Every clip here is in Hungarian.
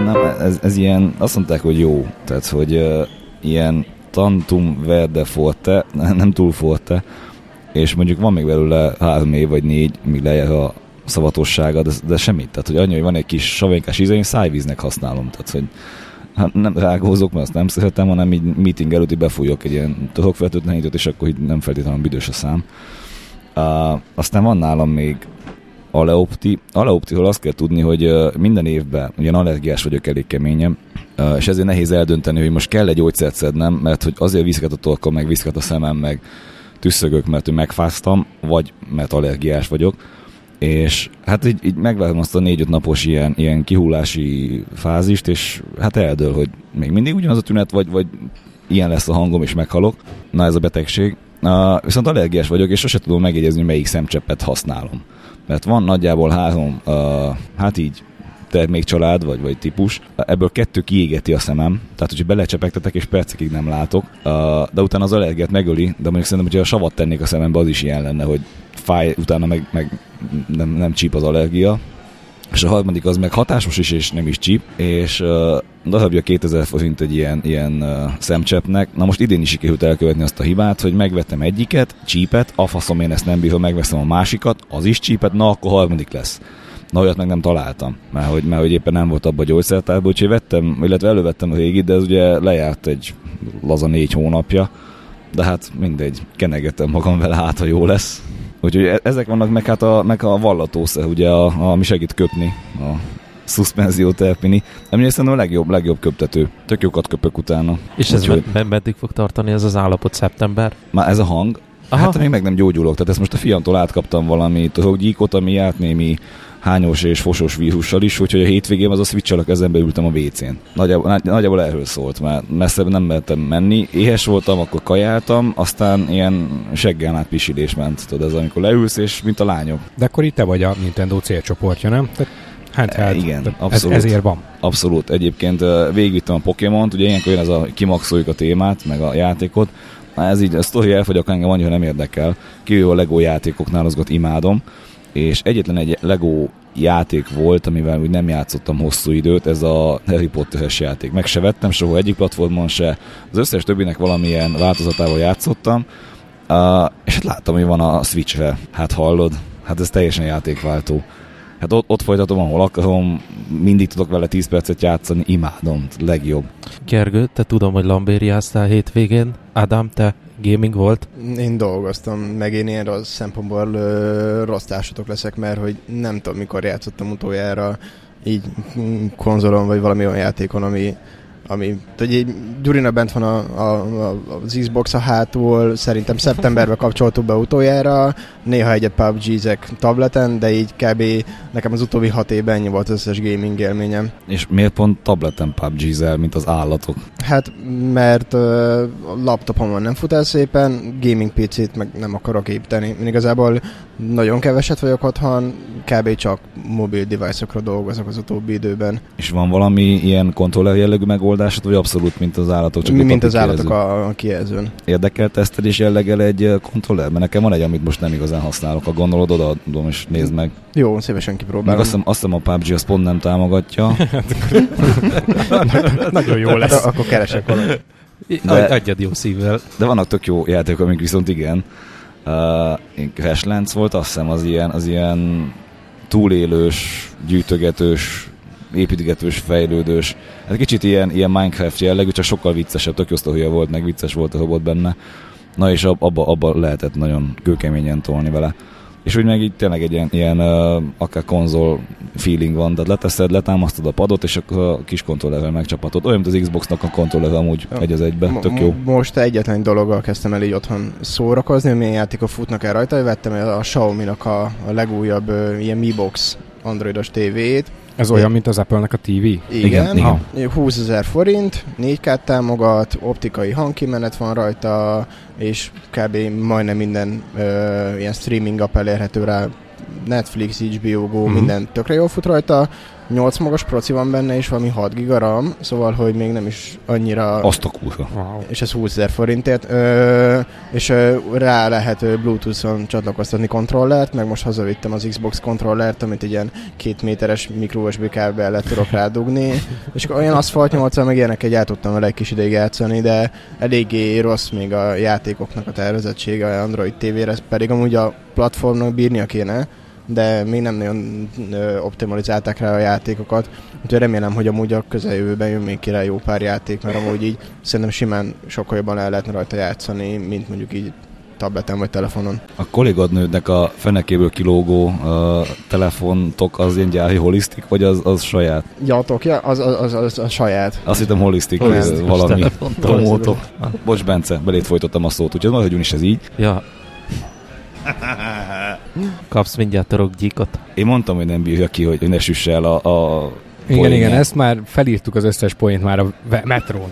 nem, ez ilyen, azt mondták, hogy jó, tehát, hogy ilyen tantum verde forte, nem túl forte, és mondjuk van még belőle 3 év vagy 4, míg lejár a szavatossága, de semmit. Tehát, hogy annyi, hogy van egy kis savénkás íze, én szájvíznek használom. Tehát, hogy nem rágózok, mert azt nem szeretem, hanem így meeting előtt befújok egy ilyen torokfertőtlenítőt, és akkor így nem feltétlenül büdös a szám. Aztán van nálam még Aleopti. Aleoptiról azt kell tudni, hogy minden évben, ugyan allergiás vagyok elég keményen, és ezért nehéz eldönteni, hogy most kell egy gyógyszert szednem, mert hogy azért viszket a torkom, meg viszket a szemem, meg tüsszögök, mert megfáztam, vagy mert allergiás vagyok. És hát így megvárom azt a 4-5 napos ilyen kihullási fázist, és hát eldől, hogy még mindig ugyanaz a tünet, vagy ilyen lesz a hangom, és meghalok. Na, ez a betegség. Viszont allergiás vagyok, és sose tudom megjegyezni, melyik szemcseppet használom. Mert van nagyjából 3, hát így termékcsalád, vagy típus. Ebből 2 kiégeti a szemem, tehát hogyha belecsepegtetek, és percekig nem látok, de utána az allergiát megöli, de mondjuk szerintem, hogyha a savat tennék a szemembe, az is ilyen lenne, hogy fáj, utána meg nem csíp az allergia. És a harmadik az meg hatásos is, és nem is csíp, és darabja 2000 forint egy ilyen szemcseppnek. Na most idén is sikerült elkövetni azt a hibát, hogy megvettem egyiket, csípet, a faszom, én ezt nem bírom, megveszem a másikat, az is csípet, na akkor harmadik lesz. Na, olyat meg nem találtam, mert hogy éppen nem volt abban a gyógyszertárban, úgyhogy vettem, illetve elővettem a régit, de ez ugye lejárt egy laza 4 hónapja, de hát mindegy, kenegettem magam vele, hát ha jó lesz. Úgyhogy ezek vannak, meg a vallatószer, ugye, ami segít köpni, a szuszpenzióterpini, ami szerintem a legjobb köptető. Tök jókat köpök utána. És ez meddig fog tartani ez az állapot, szeptember? Már ez a hang? Aha. Hát még meg nem gyógyulok, tehát ezt most a fiamtól átkaptam valami torokgyíkot, ami járt némi hányos és fosos vírussal is, úgyhogy a hétvégén az a switch-sal a kezembe ültem a WC-n. Nagyjából erről szólt, mert messzebb nem mertem menni. Éhes voltam, akkor kajáltam, aztán ilyen seggen át pisilés ment. Tudod, ez amikor leülsz, és mint a lányok. De akkor itt te vagy a Nintendo célcsoportja, nem? Igen, abszolút. Ezért van. Abszolút. Egyébként végigvittem a Pokémont, ugye ilyenkor jön ez a kimaxoljuk a témát, meg a játékot. Ez így, a sztori elfogyok, engem annyira nem érdekel. Kívül a Lego játékoknál azokat imádom. És egyetlen egy Lego játék volt, amivel úgy nem játszottam hosszú időt, ez a Harry Potter-es játék. Meg se vettem soha egyik platformon se, az összes többinek valamilyen változatával játszottam, és hát láttam, hogy van a Switch-re. Hát hallod? Hát ez teljesen játékváltó. Hát ott folytatom, ahol akarom, mindig tudok vele 10 percet játszani, imádom, legjobb. Gergő, te tudom, hogy lambériáztál hétvégén. Ádám, te gaming volt? Én dolgoztam, meg én ilyen rossz szempontból rossz társatok leszek, mert hogy nem tudom, mikor játszottam utoljára így konzolon, vagy valami olyan játékon, ami hogy Gyurina bent van az Xbox a hátul, szerintem szeptemberben kapcsoltuk be utoljára, néha egyet PUBG-zek tableten, de így kb. Nekem az utóbbi 6 évben ennyi volt az összes gaming élményem. És miért pont tableten PUBG-zel, mint az állatok? Hát, mert laptopomon nem fut el szépen, gaming PC-t meg nem akarok építeni. Én igazából nagyon keveset vagyok otthon, kb. Csak mobil device-okra dolgozok az utóbbi időben. És van valami ilyen kontroller jellegű megoldásod, vagy abszolút, mint az állatok? Csak mint az állatok a kijelzőn. Érdekel tesztelés jelleggel egy kontroller? Mert nekem van egy, amit most nem igazán használok. Ha gondolod, odaadom és nézd meg. Jó, szívesen kipróbálom. Meg azt hiszem a PUBG azt pont nem támogatja. Nagyon jó lesz. Hát, akkor keresek valamit. Adjad jó szívvel. De vannak tök jó játékok, amik viszont igen. Crashlands volt, azt hiszem az ilyen túlélős, gyűjtögetős, építgetős, fejlődős. Ez kicsit ilyen Minecraft jellegű, csak sokkal viccesebb, tök jó sztoria volt, meg vicces volt a robot benne. Na és abba lehetett nagyon kőkeményen tolni vele. És úgy meg így tényleg egy ilyen akár konzol feeling van, de leteszed, letámasztod a padot, és akkor a kis kontrollerrel megcsapatod. Olyan, mint az Xboxnak a kontroller amúgy egy az egybe, tök jó. Most egyetlen dologgal kezdtem el így otthon szórakozni, milyen játékok futnak el rajta, vettem el a Xiaomi-nak a legújabb ilyen Mi Box androidos tévét. Ez olyan, mint az Apple-nek a TV? Igen. 20 000 forint, 4K támogat, optikai hangkimenet van rajta, és kb. Majdnem minden ilyen streaming app elérhető rá, Netflix, HBO Go, minden tökre jól fut rajta. 8 magas proci van benne, és valami 6 giga RAM, szóval, hogy még nem is annyira... Azt a kurva. Wow. És ez 20 000 forintért. És rá lehet Bluetooth-on csatlakoztatni kontrollert, meg most hazavittem az Xbox kontrollert, amit egy ilyen 2 méteres micro USB kábellel tudok rádugni. És akkor olyan Asphalt 8-al meg ilyenekkel el tudtam vele egy kis ideig játszani, de eléggé rossz még a játékoknak a tervezettsége Android TV-re, pedig amúgy a platformnak bírnia kéne, de még nem nagyon optimalizálták rá a játékokat. Úgyhogy remélem, hogy amúgy a közeljövőben jön még ki rá jó pár játék, mert amúgy így szerintem simán sokkal jobban el lehetne rajta játszani, mint mondjuk így tableten vagy telefonon. A kollégadnődnek a fenekéből kilógó telefontok az ilyen gyári holisztik, vagy az saját? Ja, az a saját. Azt hittem holisztik, valami promótok. Bocs, Bence, belét folytottam a szót, úgyhogy maradjunk is ez így. Ja. Kapsz mindjárt torokgyíkot. Én mondtam, hogy nem bírja ki, hogy ne süsse el a Igen, ezt már felírtuk az összes poént már a metrón.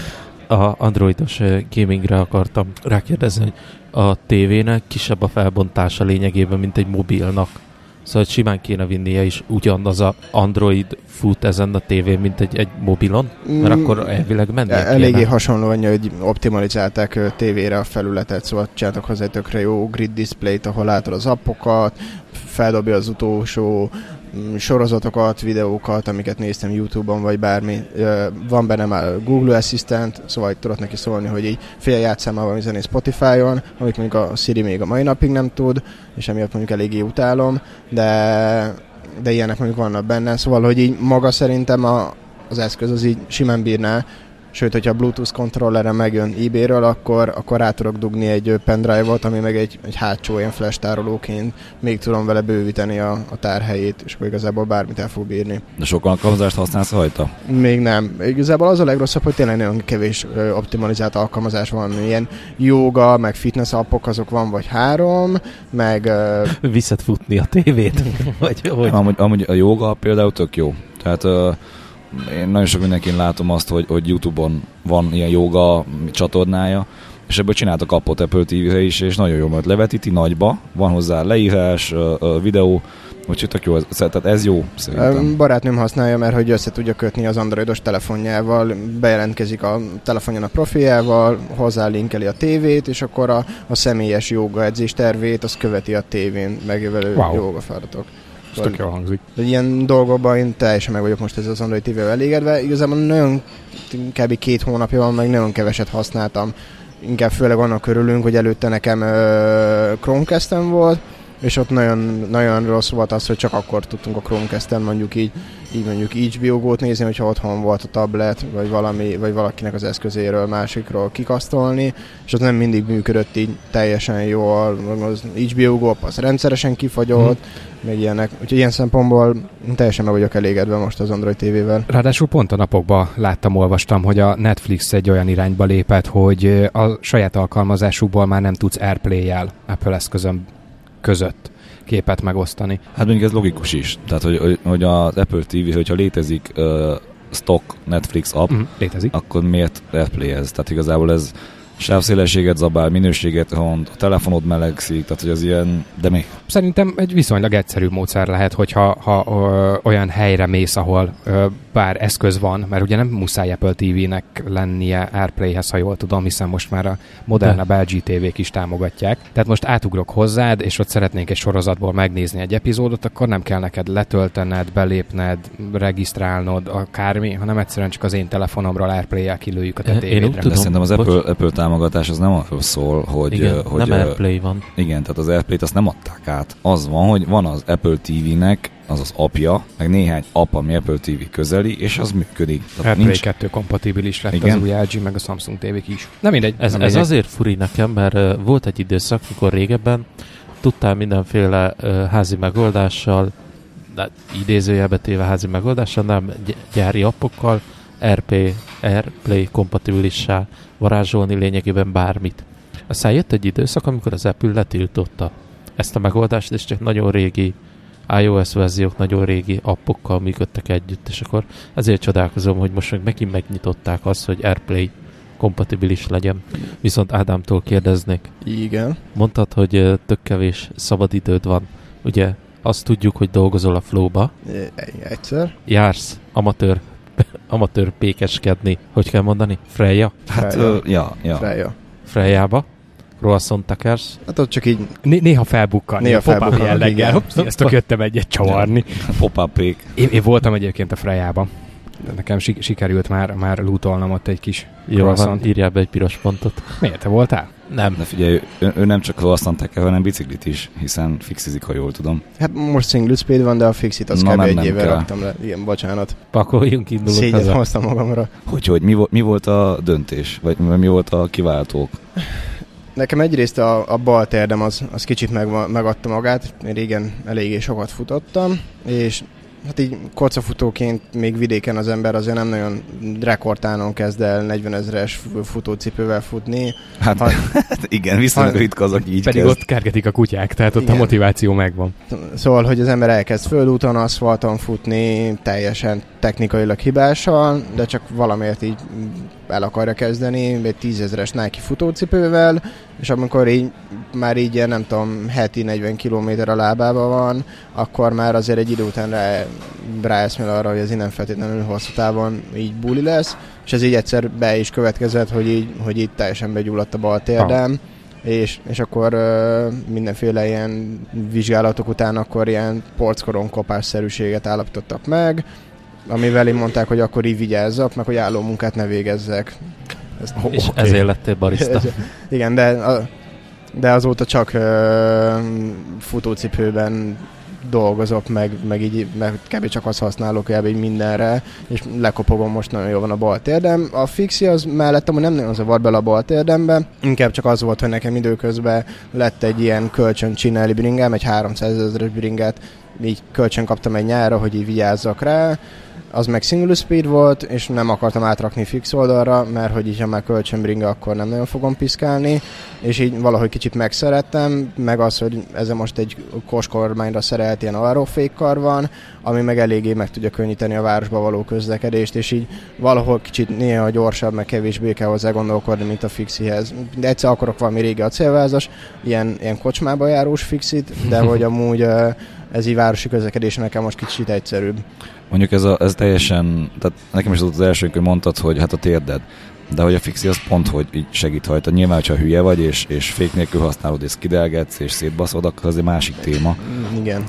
A androidos gamingre akartam rákérdezni, hogy a tévének kisebb a felbontása lényegében, mint egy mobilnak. Szóval simán kéne vinnie is ugyanaz a Android fut ezen a tévén, mint egy mobilon, mert akkor elvileg mennie kéne. Eléggé hasonló annyi, hogy optimalizálták tévére a felületet, szóval csináltak hozzá egy tökre jó grid displayt, ahol látod az appokat, feldobja az utolsó sorozatokat, videókat, amiket néztem YouTube-on, vagy bármi. Van benne már Google Assistant, szóval tudod neki szólni, hogy így játsszál már valami zenét Spotify-on, amit mondjuk a Siri még a mai napig nem tud, és emiatt mondjuk eléggé utálom, de ilyenek mondjuk vannak benne, szóval, hogy így maga szerintem az eszköz az így simán bírná, sőt, hogyha Bluetooth kontrollerre megjön eBay-ről, akkor rá tudok dugni egy pendrive-ot, ami meg egy hátsó ilyen flash tárolóként még tudom vele bővíteni a tárhelyét, és akkor igazából bármit el fog bírni. De sok alkalmazást használsz rajta? Még nem. Igazából az a legrosszabb, hogy tényleg nagyon kevés optimalizált alkalmazás van. Ilyen jóga, meg fitness appok, azok van, vagy 3, meg... Viszed futni a tévét? Vagy amúgy a jóga például tök jó. Tehát... én nagyon sok mindenkin látom azt, hogy YouTube-on van ilyen jóga csatornája, és ebből csináltak appot Apple TV-re is, és nagyon jó, mert levetíti nagyba, van hozzá leírás, videó, úgyhogy tök jó, tehát ez jó szerintem. Barátnőm használja, mert hogy össze tudja kötni az androidos telefonjával, bejelentkezik a telefonján a profiljával, hozzálinkeli a tévét, és akkor a személyes jóga edzés tervét, az követi a tévén megjövő jóga feladatok. Ez tök jól hangzik. De ilyen dolgokban én teljesen meg vagyok most ez az Android TV-vel elégedve. Igazából nagyon kb. 2 hónapja van, meg nagyon keveset használtam. Inkább főleg annak örülünk, hogy előtte nekem Chromecast-en volt, és ott nagyon, nagyon rossz volt az, hogy csak akkor tudtunk a Chromecast-en mondjuk így mondjuk HBO Go-t nézni, hogyha otthon volt a tablet, vagy valakinek az eszközéről másikról kikasztolni, és az nem mindig működött így teljesen jól, az HBO Go az rendszeresen kifagyott, meg ilyenek. Úgyhogy ilyen szempontból teljesen meg vagyok elégedve most az Android TV-vel. Ráadásul pont a napokban olvastam, hogy a Netflix egy olyan irányba lépett, hogy a saját alkalmazásukból már nem tudsz AirPlay-jel Apple eszközön között képet megosztani. Hát mondjuk ez logikus is. Tehát, hogy az Apple TV, hogyha létezik stock Netflix app, létezik, akkor miért AirPlay-ez? Tehát igazából ez sávszélességet zabál, minőséget hont, a telefonod melegszik, tehát hogy az ilyen, de még. Szerintem egy viszonylag egyszerű módszer lehet, hogyha olyan helyre mész, ahol bár eszköz van, mert ugye nem muszáj Apple TV-nek lennie AirPlay-hez, ha jól tudom, hiszen most már a modernebb LG TV-k is támogatják. Tehát most átugrok hozzád, és ott szeretnénk egy sorozatból megnézni egy epizódot, akkor nem kell neked letöltened, belépned, regisztrálnod, akármi, hanem egyszerűen csak az én telefonomról AirPlay-jel kilőjük a te tévédre. De szerintem az Apple támogatás az nem arról szól, hogy... Igen, nem AirPlay van. Igen, tehát az AirPlay-t azt nem adták át. Az van, hogy van az Apple TV-nek az appja, meg néhány app, ami Apple TV közeli, és az működik. AirPlay 2 kompatibilis lett az új LG, meg a Samsung TV-k is. Nem mindegy. Ez azért furi nekem, mert volt egy időszak, mikor régebben tudtál mindenféle házi megoldással, de idézőjelbe téve házi megoldással, nem gyári appokkal, AirPlay kompatibilissá varázsolni lényegében bármit. Aztán jött egy időszak, amikor az Apple letiltotta ezt a megoldást, és csak nagyon régi iOS verziók, nagyon régi appokkal működtek együtt, és akkor ezért csodálkozom, hogy most megint megnyitották azt, hogy AirPlay kompatibilis legyen. Viszont Ádámtól kérdeznék. Igen. Mondtad, hogy tök kevés szabadidőd van. Ugye Azt tudjuk, hogy dolgozol a Flow-ba. Egyszer. Jársz amatőr pékeskedni. Hogy kell mondani? Freja? Hát, ja. Freja. Frejába. Croissant Takers. Hát ott csak így... Néha felbukkan. Néha felbukkan, jelleggel. igen. Sziasztok, jöttem egyet csavarni. Pop-up-pék. Én voltam egyébként a Frejában. Nekem sikerült már lootolnom ott egy kis Jó croissant. van, írjál be egy piros pontot. Miért, te voltál? Nem. De figyelj, ő nem csak croissant teker, hanem biciklit is, hiszen fixizik, ha jól tudom. Hát most single speed van, de a fixit az Na, kb. nem egy éve kell. raktam le. Igen, bocsánat. Pakoljunk, indulunk Szégyet haza. hoztam magamra. Hogy mi volt a döntés? Vagy mi volt a kiváltók? Nekem egyrészt a bal térdem az kicsit megadta magát. Én régen eléggé sokat futottam, és hát így kocafutóként még vidéken az ember azért nem nagyon rekordtánon kezd el 40 000-es futócipővel futni. Hát igen, viszonylag ritka az, aki így Pedig kezd. ott kergetik a kutyák, tehát ott Igen. a motiváció megvan. Szóval, hogy az ember elkezd földúton, aszfalton futni, teljesen technikailag hibással, de csak valamiért így el akarja kezdeni, egy 10 000-es Nike futócipővel, és amikor így, már így ilyen, nem tudom, heti 40 km a lábában van, akkor már azért egy idő után ráeszmél arra, hogy ez innen feltétlenül hosszú távon így buli lesz, és ez így egyszer be is következett, hogy így teljesen begyulladt a bal térdem, és akkor mindenféle ilyen vizsgálatok után akkor ilyen porckoron-kopásszerűséget állapítottak meg, amivel így mondták, hogy akkor így vigyázzak, meg hogy álló munkát ne végezzek. És ezért lettél barista. Igen, de azóta csak futócipőben dolgozok, meg így meg kb. Csak azt használok kb. Így mindenre, és lekopogom, most nagyon jó van a bal térdem. A fixi az mellettem, hogy nem nagyon zavar bele a bal térdembe, inkább csak az volt, hogy nekem időközben lett egy ilyen kölcsön csinálni bringám, egy 300 000-es bringát, így kölcsön kaptam egy nyárra, hogy így vigyázzak rá. Az meg single speed volt, és nem akartam átrakni fix oldalra, mert hogy így, ha már kölcsönbringa, akkor nem nagyon fogom piszkálni, és így valahogy kicsit megszerettem, meg az, hogy ez most egy koskormányra szerelt ilyen aerofékkar van, ami meg eléggé meg tudja könnyíteni a városba való közlekedést, és így valahol kicsit néha gyorsabb, meg kevésbé kell hozzá gondolkodni, mint a fixihez. De egyszer akarok valami régi acélvázas, ilyen kocsmába járós fixit, de hogy amúgy ez így városi közlekedés nekem most kicsit egyszerűbb. Mondjuk ez teljesen, tehát nekem is az első, hogy mondtad, hogy hát a térded, de hogy a fixi az pont, hogy így segít hajtani. Nyilván, hogyha hülye vagy, és fék nélkül használod, és kidelgetsz, és szétbaszod, akkor az egy másik téma. Igen.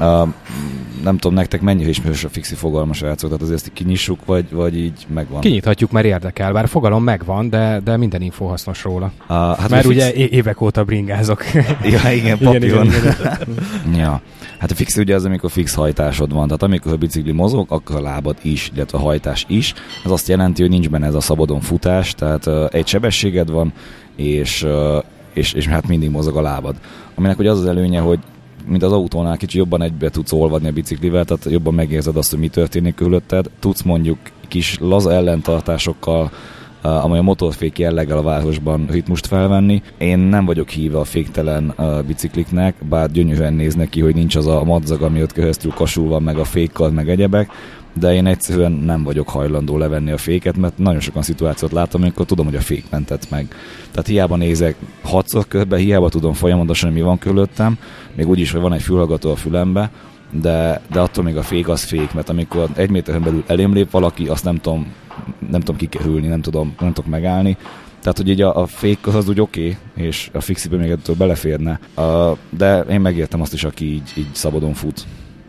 Nem tudom, nektek mennyire ismerős a fixi fogalma, srácok, tehát azért ezt kinyissuk, vagy így megvan? Kinyithatjuk, mert érdekel, bár a fogalom megvan, de minden info hasznos róla. Hát mert ugye évek óta bringázok. Ja, igen, papíron. Igen. Ja. Hát a fixi ugye az, amikor fix hajtásod van. Tehát amikor a bicikli mozog, akkor a lábad is, illetve a hajtás is. Ez azt jelenti, hogy nincs benne ez a szabadon futás, tehát egy sebességed van, és hát mindig mozog a lábad. Aminek ugye az az előnye, hogy mint az autónál kicsit jobban egybe tudsz olvadni a biciklivel, tehát jobban megérzed azt, hogy mi történik körülötted. Tudsz mondjuk kis laza ellentartásokkal, amely a motorfék jelleggel a városban ritmust felvenni. Én nem vagyok híve a féktelen bicikliknek, bár gyönyörűen néznek ki, hogy nincs az a madzag, ami ott keresztül kasul van, meg a fékkal, meg egyebek, de én egyszerűen nem vagyok hajlandó levenni a féket, mert nagyon sokan szituációt látom, amikor tudom, hogy a fék mentett meg. Tehát hiába nézek 6-szor körbe, hiába tudom folyamatosan, mi van körülöttem, még úgyis, hogy van egy fülhallgató a fülembe, de attól még a fék az fék, mert amikor 1 méteren belül elém lép valaki, azt nem tudom kikerülni, nem tudok megállni. Tehát, hogy így a fék az úgy oké, és a fixibe még ettől beleférne. De én megértem azt is, aki így szabadon fut.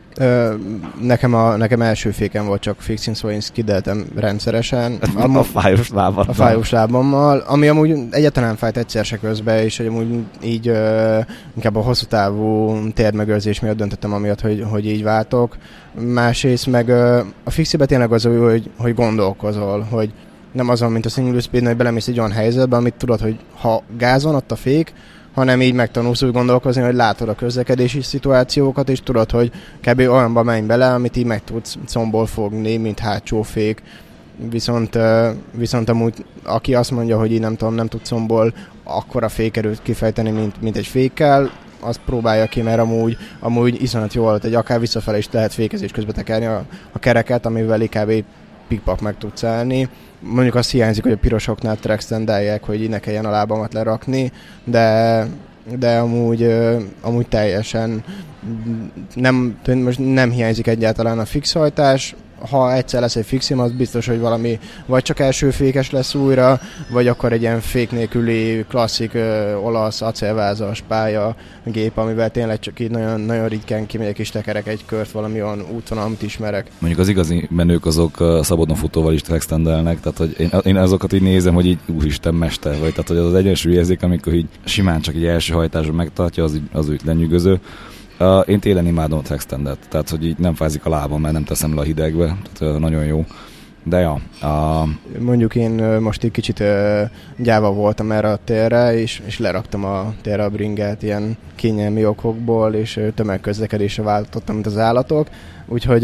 Nekem első fékem volt csak fixing, szóval én skideltem rendszeresen. A fájós lábammal. A fájós lábammal, ami amúgy egyáltalán fájt egyszer se közben, és hogy amúgy így inkább a hosszú távú térdmegőrzés miatt döntöttem amiatt, hogy így váltok. Másrészt meg a fixibe tényleg az úgy, hogy gondolkozol, hogy nem azon, mint a single speed, hogy belemész egy olyan helyzetbe, amit tudod, hogy ha gázon ott a fék, hanem így megtanulsz úgy gondolkozni, hogy látod a közlekedési szituációkat, és tudod, hogy kb. Olyanba menj bele, amit így meg tudsz combból fogni, mint hátsó fék. Viszont amúgy, aki azt mondja, hogy így nem tud combból akkora fékerőt kifejteni, mint egy fékkel, azt próbálja ki, mert amúgy iszonyat jól, hogy akár visszafele is lehet fékezés közben tekerni a kereket, amivel kb. Pikpak meg tudsz állni. Mondjuk azt hiányzik, hogy a pirosoknál trackstandelják, hogy így ne kelljen a lábamat lerakni, de de amúgy teljesen nem hiányzik egyáltalán a fixhajtás. Ha egyszer lesz egy fixim, az biztos, hogy valami vagy csak első fékes lesz újra, vagy akkor egy ilyen fék nélküli klasszik olasz acélvázas pálya gép, amivel tényleg csak így nagyon, nagyon ritkán kimegyek és tekerek egy kört valami olyan útvonal, amit ismerek. Mondjuk az igazi menők azok szabadon futóval is extendelnek, tehát hogy én azokat így nézem, hogy így úristen mester vagy, tehát hogy az egyensúlyérzék, amikor így simán csak egy első hajtásban megtartja, az úgy lenyűgöző. Én télen imádom a extendet, tehát hogy így nem fázik a lábam, mert nem teszem le a hidegbe, tehát nagyon jó. De ja. Mondjuk én most egy kicsit gyáva voltam erre a térre, és leraktam a térre a bringát ilyen kényelmi okokból, és tömegközlekedésre váltottam, mint az állatok. Úgyhogy,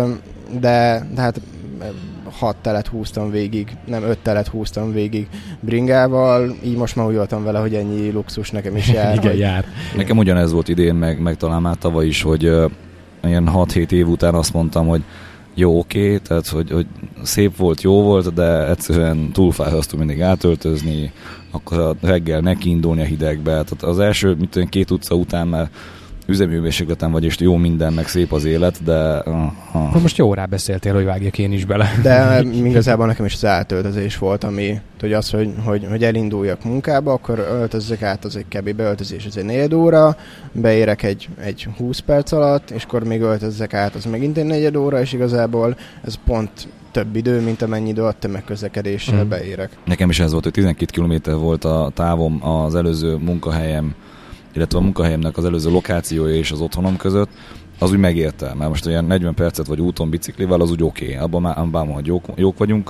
de hát 6 telet húztam végig, nem 5 telet húztam végig bringával, így most már úgy voltam vele, hogy ennyi luxus nekem is jár. Igen, jár. Nekem ugyanez volt idén, meg talán már tavaly is, hogy ilyen 6-7 év után azt mondtam, hogy jó, oké, tehát hogy szép volt, jó volt, de egyszerűen túlfájhasztó mindig átöltözni, akkor a reggel nekiindulni a hidegbe. Tehát az első, 2 utca után már üzemhőmérsékleten vagy, és jó minden, meg szép az élet, de... Most jó rábeszéltél, hogy vágjak én is bele. De igazából nekem is az átöltözés volt, ami, hogy az, hogy elinduljak munkába, akkor öltözzek át, az egy kb. Beöltözés, ez egy 4 óra, beérek egy 20 perc alatt, és akkor még öltözzek át, az megint egy 4 óra, és igazából ez pont több idő, mint amennyi idő a tömegközlekedéssel beérek. Nekem is ez volt, hogy 12 km volt a távom az előző munkahelyem, illetve a munkahelyemnek az előző lokációja és az otthonom között, az úgy megérte, mert most olyan 40 percet vagy úton biciklivel, az úgy oké. Abban már hogy jók vagyunk,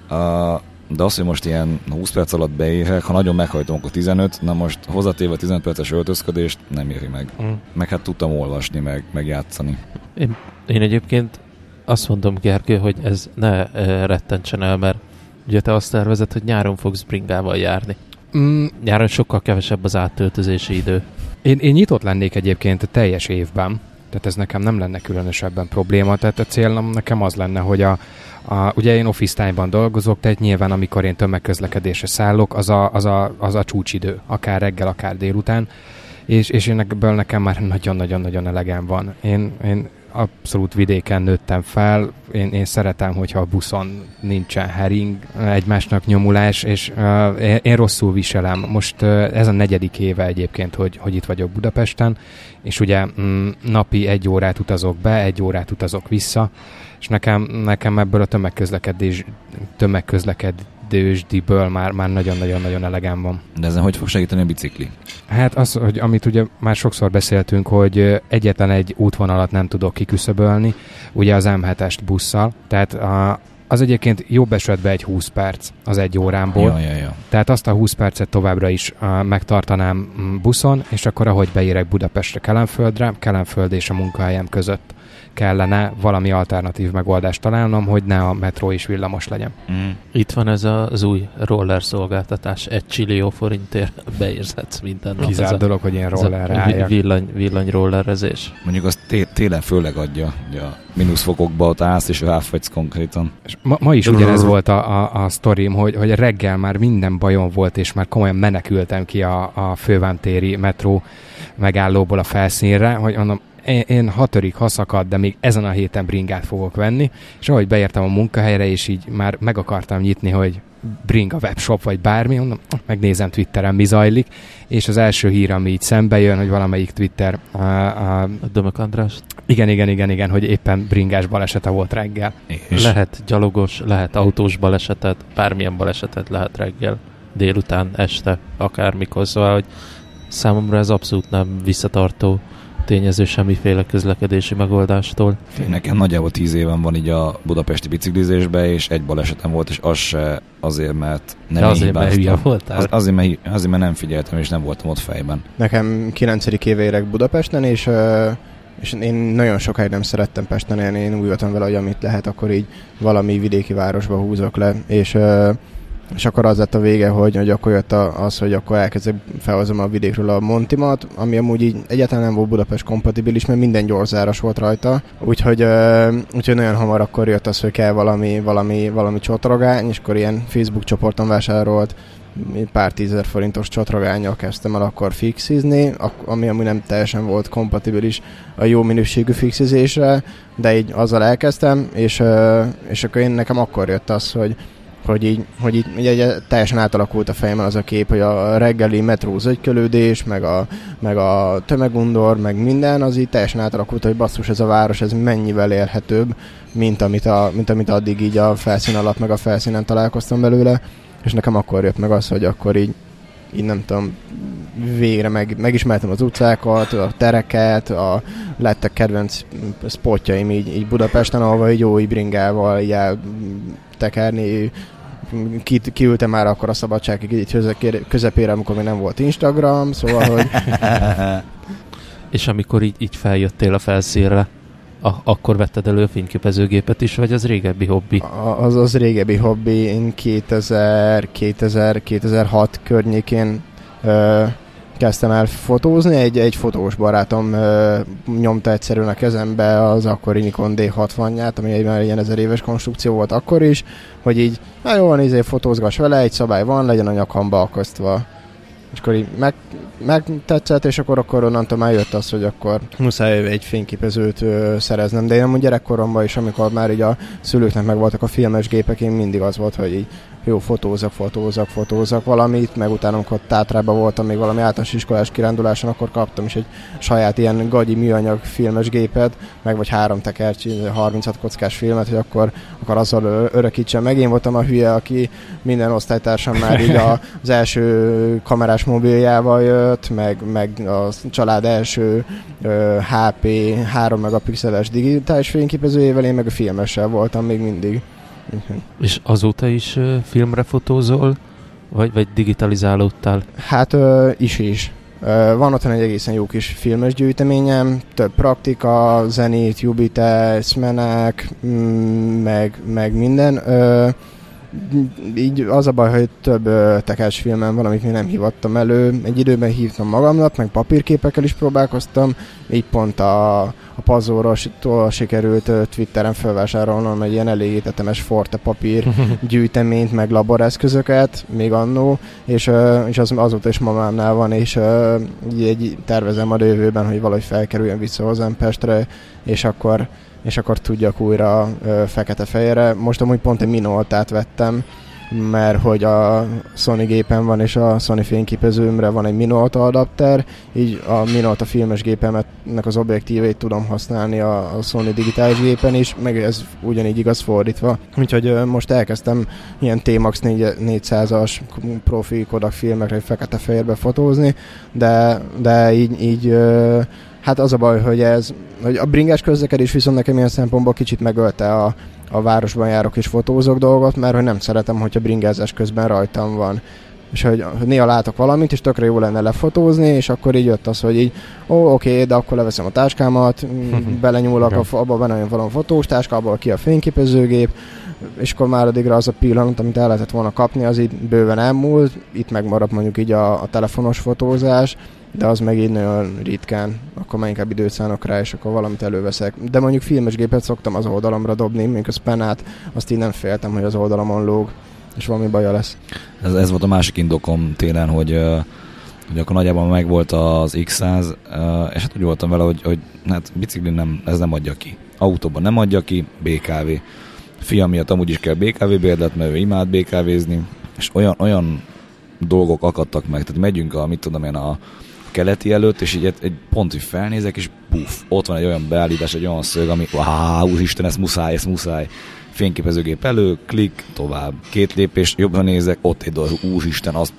de az, hogy most ilyen 20 perc alatt beérek, ha nagyon meghajtom, akkor 15, na most hozzátéve 15 perces öltözködést nem éri meg. Meg hát tudtam olvasni, meg játszani. Én egyébként azt mondom, Gergő, hogy ez ne rettentsen el, mert ugye te azt tervezed, hogy nyáron fogsz bringával járni. Nyáron sokkal kevesebb az áttöltözési idő. Én nyitott lennék egyébként a teljes évben, tehát ez nekem nem lenne különösebben probléma, tehát a célom nekem az lenne, hogy ugye én office time-ban dolgozok, tehát nyilván amikor én tömegközlekedésre szállok, az a csúcsidő, akár reggel, akár délután, és ebből nekem már nagyon-nagyon-nagyon elegem van. Én abszolút vidéken nőttem fel, én szeretem, hogyha a buszon nincsen hering, egymásnak nyomulás, és én rosszul viselem. Most ez a 4. éve egyébként, hogy itt vagyok Budapesten, és ugye napi 1 órát utazok be, 1 órát utazok vissza, és nekem ebből a tömegközlekedésből már nagyon-nagyon-nagyon elegem van. De ezen hogy fog segíteni a bicikli? Hát az, hogy amit ugye már sokszor beszéltünk, hogy egyetlen egy útvonalat nem tudok kiküszöbölni, ugye az M7-est busszal, tehát az egyébként jobb esetben egy 20 perc az 1 órámból. Ja. Tehát azt a 20 percet továbbra is megtartanám buszon, és akkor ahogy beérek Budapestre, Kelenföld és a munkahelyem között kellene valami alternatív megoldást találnom, hogy ne a metró is villamos legyen. Itt van ez az új roller szolgáltatás, 1 csillió forintért beérzetsz minden nap. Kizárt dolog, hogy én rollerre álljak. Villany rollerezés. Mondjuk azt télen főleg adja, hogy a mínuszfokokba ott állsz, és ráfagysz konkrétan. És ma is ugyanez volt a sztorim, hogy reggel már minden bajom volt, és már komolyan menekültem ki a fővámtéri metró megállóból a felszínre, hogy mondom, én 6-ig szakad, de még ezen a héten bringát fogok venni, és ahogy beértem a munkahelyre, és így már meg akartam nyitni, hogy bringa webshop, vagy bármi, mondom, megnézem Twitteren, mi zajlik, és az első hír, ami így szembe jön, hogy valamelyik Twitter... A Dömök András? Igen, hogy éppen bringás balesete volt reggel. És lehet gyalogos, lehet autós balesetet, bármilyen balesetet lehet reggel, délután, este, akármikor, szóval, hogy számomra ez abszolút nem visszatartó tényező semmiféle közlekedési megoldástól. Nekem nagyjából 10 éven van így a budapesti biciklizésben, és egy balesetem volt, és az se azért, mert nem azért, mert hülye voltál? Azért, mert nem figyeltem, és nem voltam ott fejben. Nekem 9. éve érek Budapesten, és én nagyon sokáig nem szerettem Pesten élni, én úgy voltam vele, hogy amit lehet, akkor így valami vidéki városba húzok le, és akkor az lett a vége, hogy akkor jött az, hogy akkor elkezdek felhozom a vidékről a Montimat, ami amúgy így egyáltalán nem volt Budapest kompatibilis, mert minden gyorszáras volt rajta. Úgyhogy nagyon hamar akkor jött az, hogy kell valami csotrogány, és akkor ilyen Facebook csoporton vásárolt pár 10 000 forintos csatrogánnyal kezdtem el akkor fixizni, ami amúgy nem teljesen volt kompatibilis a jó minőségű fixizésre, de így azzal elkezdtem, és akkor nekem akkor jött az, hogy így ugye teljesen átalakult a fejemben az a kép, hogy a reggeli metró zögykölődés, meg a tömegundor, meg minden, az így teljesen átalakult, hogy basszus, ez a város, ez mennyivel élhetőbb, mint amit addig így a felszín alatt, meg a felszínen találkoztam belőle, és nekem akkor jött meg az, hogy akkor így nem tudom, végre megismertem az utcákat, a tereket, lettek kedvenc spotjaim így Budapesten, ahol így jó bringával így eltekerni, kiültem már akkor a szabadság közepére, amikor még nem volt Instagram, szóval, hogy... És amikor így feljöttél a felszínre, akkor vetted elő a fényképezőgépet is, vagy az régebbi hobbi? Az régebbi hobbi. Én 2006 környékén kezdtem el fotózni. Egy fotós barátom nyomta egyszerűen a kezembe az akkori Nikon D60-ját, ami már ilyen 1000 éves konstrukció volt akkor is, hogy így, na jó van, fotózgass vele, egy szabály van, legyen a nyakamba akasztva. És akkor így megtetszett, és akkor onnantól már jött az, hogy akkor muszáj egy fényképezőt szereznem. De én amúgy gyerekkoromban is, amikor már így a szülőknek megvoltak a filmes gépek, én mindig az volt, hogy így jó, fotózak valamit, meg utána, amikor Tátrában voltam még valami általános iskolás kiránduláson, akkor kaptam is egy saját ilyen gagyi műanyag filmes gépet, meg vagy 3 tekercsi, 36 kockás filmet, hogy akkor azzal örökítsem meg. Én voltam a hülye, aki minden osztálytársam már így az első kamerás mobiljával jött, meg a család első HP 3 megapixeles digitális fényképezőjével, én meg a filmessel voltam még mindig. És azóta is filmre fotózol, vagy digitalizálódtál? Hát is. Van otthon egy egészen jó kis filmes gyűjteményem, több praktika, zenit, Jupiter, Smenek, meg minden. Így az a baj, hogy több tekercs filmem van, amit még nem hívattam elő. Egy időben hívtam magamnak, meg papírképekkel is próbálkoztam. Így pont a Pazóról sikerült Twitteren felvásárolnom egy ilyen elég tetemes Forte papír gyűjteményt, meg laboreszközöket, még annó, és azóta is mamámnál van, és így tervezem a jövőben, hogy valahogy felkerüljön vissza hozzám Pestre, és akkor tudjak újra fekete-fejre. Most amúgy pont egy Minoltát vettem, mert hogy a Sony gépen van, és a Sony fényképezőmre van egy Minolta adapter, így a Minolta filmes gépemnek az objektívét tudom használni a Sony digitális gépen is, meg ez ugyanígy igaz fordítva. Úgyhogy most elkezdtem ilyen T-Max 400-as profi Kodak filmekre fekete-fehérbe fotózni, de így hát az a baj, hogy a bringás közlekedés viszont nekem ilyen szempontból kicsit megölte a városban járok és fotózok dolgot, mert hogy nem szeretem, hogyha bringázás közben rajtam van. És hogy néha látok valamit, és tökre jó lenne lefotózni, és akkor így jött az, hogy így, oké, de akkor leveszem a táskámat, belenyúlok abba benne valami fotós táskába, ki a fényképezőgép, és akkor már addigra az a pillanat, amit el lehetett volna kapni, az így bőven elmúlt, itt megmarad mondjuk így a telefonos fotózás, de az meg így nagyon ritkán, akkor már inkább időt szánok rá, és akkor valamit előveszek. De mondjuk filmes gépet szoktam az oldalamra dobni, mondjuk a Spenát, azt így nem féltem, hogy az oldalamon lóg, és valami baja lesz. Ez volt a másik indokom télen, hogy akkor nagyjából megvolt az X100, és hát úgy voltam vele, hogy hát biciklin ez nem adja ki. Autóban nem adja ki, BKV. Fiam miatt amúgy is kell BKV bérlet, mert ő imád BKV-zni, és olyan dolgok akadtak meg, tehát megyünk a keleti előtt, és így egy pont, hogy felnézek, és puff, ott van egy olyan beállítás, egy olyan szög, ami úristen, ez muszáj. Fényképezőgép elő, klik, tovább. 2 lépés, jobbra nézek, ott egy dolog, úristen, az,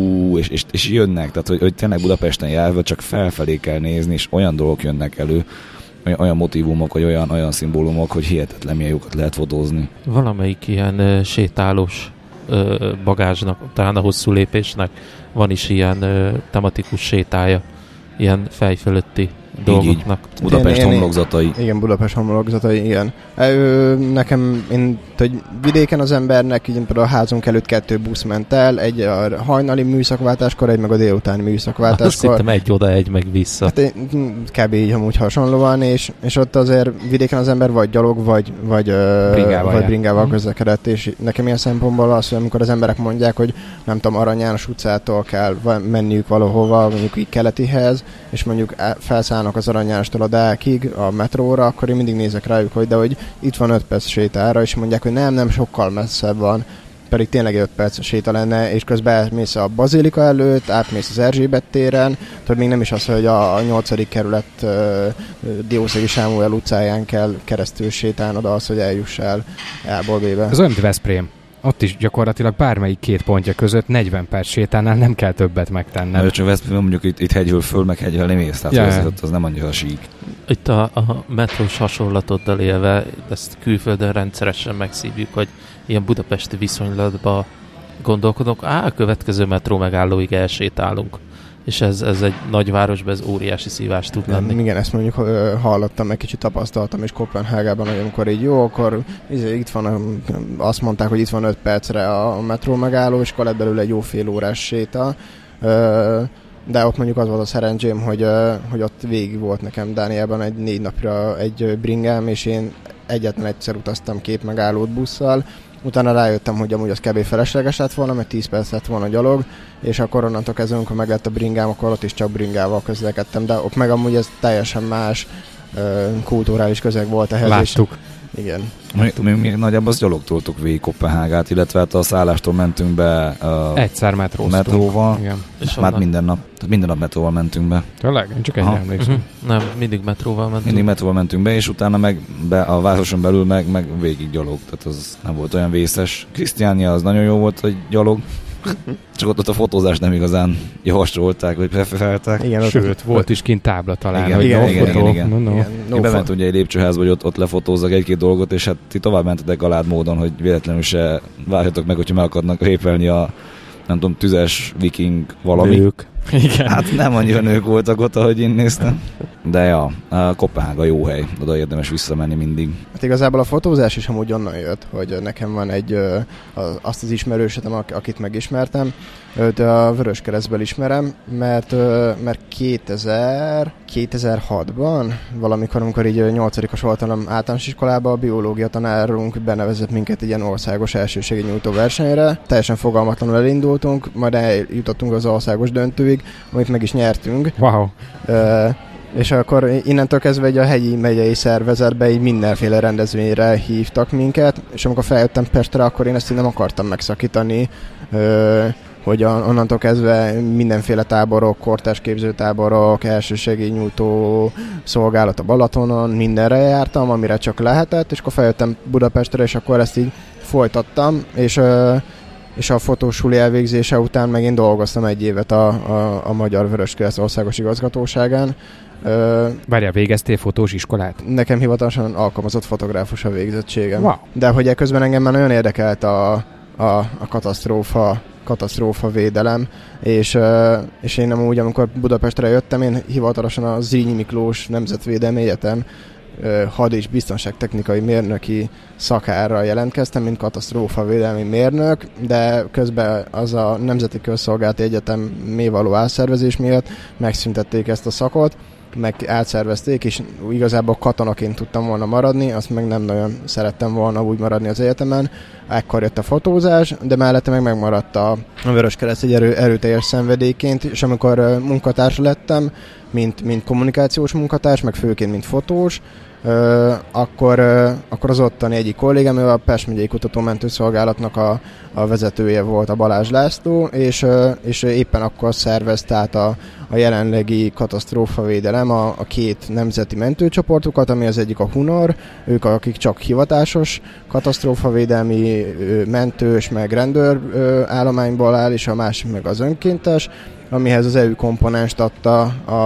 és jönnek, tehát hogy tényleg Budapesten járva csak felfelé kell nézni, és olyan dolgok jönnek elő, olyan motívumok, vagy olyan szimbólumok, hogy hihetetlen milyen jókat lehet fotózni. Valamelyik ilyen sétálós bagázsnak, talán a hosszú lépésnek van is ilyen tematikus sétája, ilyen fejfölötti dolgoknak. Budapest homlokzatai. Igen, Budapest homlokzatai, igen. Nekem, hogy vidéken az embernek, így például a házunk előtt 2 busz ment el, egy a hajnali műszakváltáskor, egy meg a délutáni műszakváltáskor. Azt hittem egy oda, egy meg vissza. Hát kb. Így amúgy hasonlóan, és ott azért vidéken az ember vagy gyalog, vagy bringával közlekedett, és nekem ilyen szempontból az, hogy amikor az emberek mondják, hogy nem tudom, Arany János utcától kell menniük valahova, mondjuk így keletihez, és mondjuk felszállnak az Arany Jánostól a Deákig a metróra, akkor én mindig nézek rájuk, hogy itt van 5 perc sétára, és mondják, hogy nem, sokkal messzebb van, pedig tényleg 5 perc séta lenne, és közben elmész a Bazilika előtt, átmész az Erzsébet téren, tudod, még nem is az, hogy a 8. kerület Diószegi Sámuel utcáján kell keresztül sétálnod az, hogy eljussál A-ból B-be. Ez olyan, mint Veszprém. Ott is gyakorlatilag bármelyik 2 pontja között 40 perc sétánál nem kell többet megtenned. Csak Veszprém mondjuk itt hegyről föl, meg hegyről nem ész, tehát az nem annyira sík. Itt a metrós hasonlatoddal élve, ezt külföldön rendszeresen megszívjuk, hogy ilyen budapesti viszonylatban gondolkodunk, a következő metró megállóig elsétálunk. És ez egy nagyvárosban, ez óriási szívás tud lenni. Igen, ezt mondjuk hallottam, meg kicsit tapasztaltam, és Koppenhágában, hogy amikor így jó, akkor itt van, azt mondták, hogy itt van 5 percre a metró megálló, és akkor lett belőle egy jó fél órás séta. De ott mondjuk az volt a szerencsém, hogy ott végig volt nekem Dánielben egy 4 napra egy bringám, és én egyetlen egyszer utaztam 2 megállót busszal. Utána rájöttem, hogy amúgy az kb. Felesleges lett volna, mert 10 perc lett volna gyalog, és akkor onnantól kezdve, amikor meg lett a bringám, akkor ott is csak bringával közlekedtem, de ott meg amúgy ez teljesen más kulturális közeg volt ehhez. Láttuk. Igen. Mi nagyjából azt gyalogtoltuk végig Koppenhágát, illetve hát a szállástól mentünk be egyszer metróval. És már minden nap metróval mentünk be. Tényleg? Én csak egyre emlékszem. Nem, mindig metróval mentünk. Mindig metróval mentünk be, és utána meg be a városon belül meg végig gyalog. Tehát az nem volt olyan vészes. Krisztiánia az nagyon jó volt, hogy gyalog. Csak ott a fotózást nem igazán javasolták, vagy preferálták. Igen, sőt, volt is kint tábla talán. Igen. Én bement ugye egy lépcsőházba, hogy ott lefotózzak 1-2 dolgot, és hát ti tovább mentetek galád módon, hogy véletlenül se várjatok meg, hogyha meg akarnak répelni a nem tudom, tüzes viking valami. Nők. Igen. Hát nem annyira nők voltak ott, ahogy én néztem. De ja, Koppenhága jó hely, oda érdemes visszamenni mindig. Hát igazából a fotózás is amúgy onnan jött, hogy nekem van azt az ismerősöm, akit megismertem, őt a Vöröskeresztből ismerem, mert 2006-ban, valamikor, amikor így 8-as voltam általános iskolába, a biológia tanárunk benevezett minket egy ilyen országos elsőségi nyújtó versenyre. Teljesen fogalmatlanul elindultunk, majd eljutottunk az országos döntőig, amit meg is nyertünk. Wow! És akkor innentől kezdve egy a helyi megyei szervezetbe így mindenféle rendezvényre hívtak minket, és amikor feljöttem Pestre, akkor én ezt így nem akartam megszakítani, hogy onnantól kezdve mindenféle táborok, kortárs képzőtáborok, elsősegélynyújtó szolgálat a Balatonon, mindenre jártam, amire csak lehetett, és akkor feljöttem Budapestre, és akkor ezt így folytattam, és a fotósuli elvégzése után meg én dolgoztam 1 évet a Magyar Vöröskereszt országos igazgatóságán. Várjál, végeztél fotós iskolát? Nekem hivatalosan alkalmazott fotográfus a végzettségem. Wow. De hogy ekközben engem már nagyon érdekelt a katasztrófa védelem, és én amúgy, amikor Budapestre jöttem, én hivatalosan a Zrínyi Miklós Nemzetvédelmi Egyetem had- és biztonságtechnikai mérnöki szakára jelentkeztem, mint katasztrófavédelmi mérnök, de közben az a Nemzeti Közszolgálati Egyetemé való átszervezés miatt megszüntették ezt a szakot, meg átszervezték, és igazából katonaként tudtam volna maradni, azt meg nem nagyon szerettem volna úgy maradni az egyetemen. Ekkor jött a fotózás, de mellette meg megmaradt a Vöröskereszt egy erőteljes szenvedélyként, és amikor munkatárs lettem, mint kommunikációs munkatárs, meg főként mint fotós, akkor az ottani egyik kollégám, ő a Pest megyei kutatómentőszolgálatnak a vezetője volt, a Balázs László, és éppen akkor szervezte át a jelenlegi katasztrófavédelem a 2 nemzeti mentőcsoportokat, ami az egyik a Hunor, ők akik csak hivatásos katasztrófavédelmi mentős meg rendőr állományból áll, és a másik meg az önkéntes. amihez az EU komponenst adta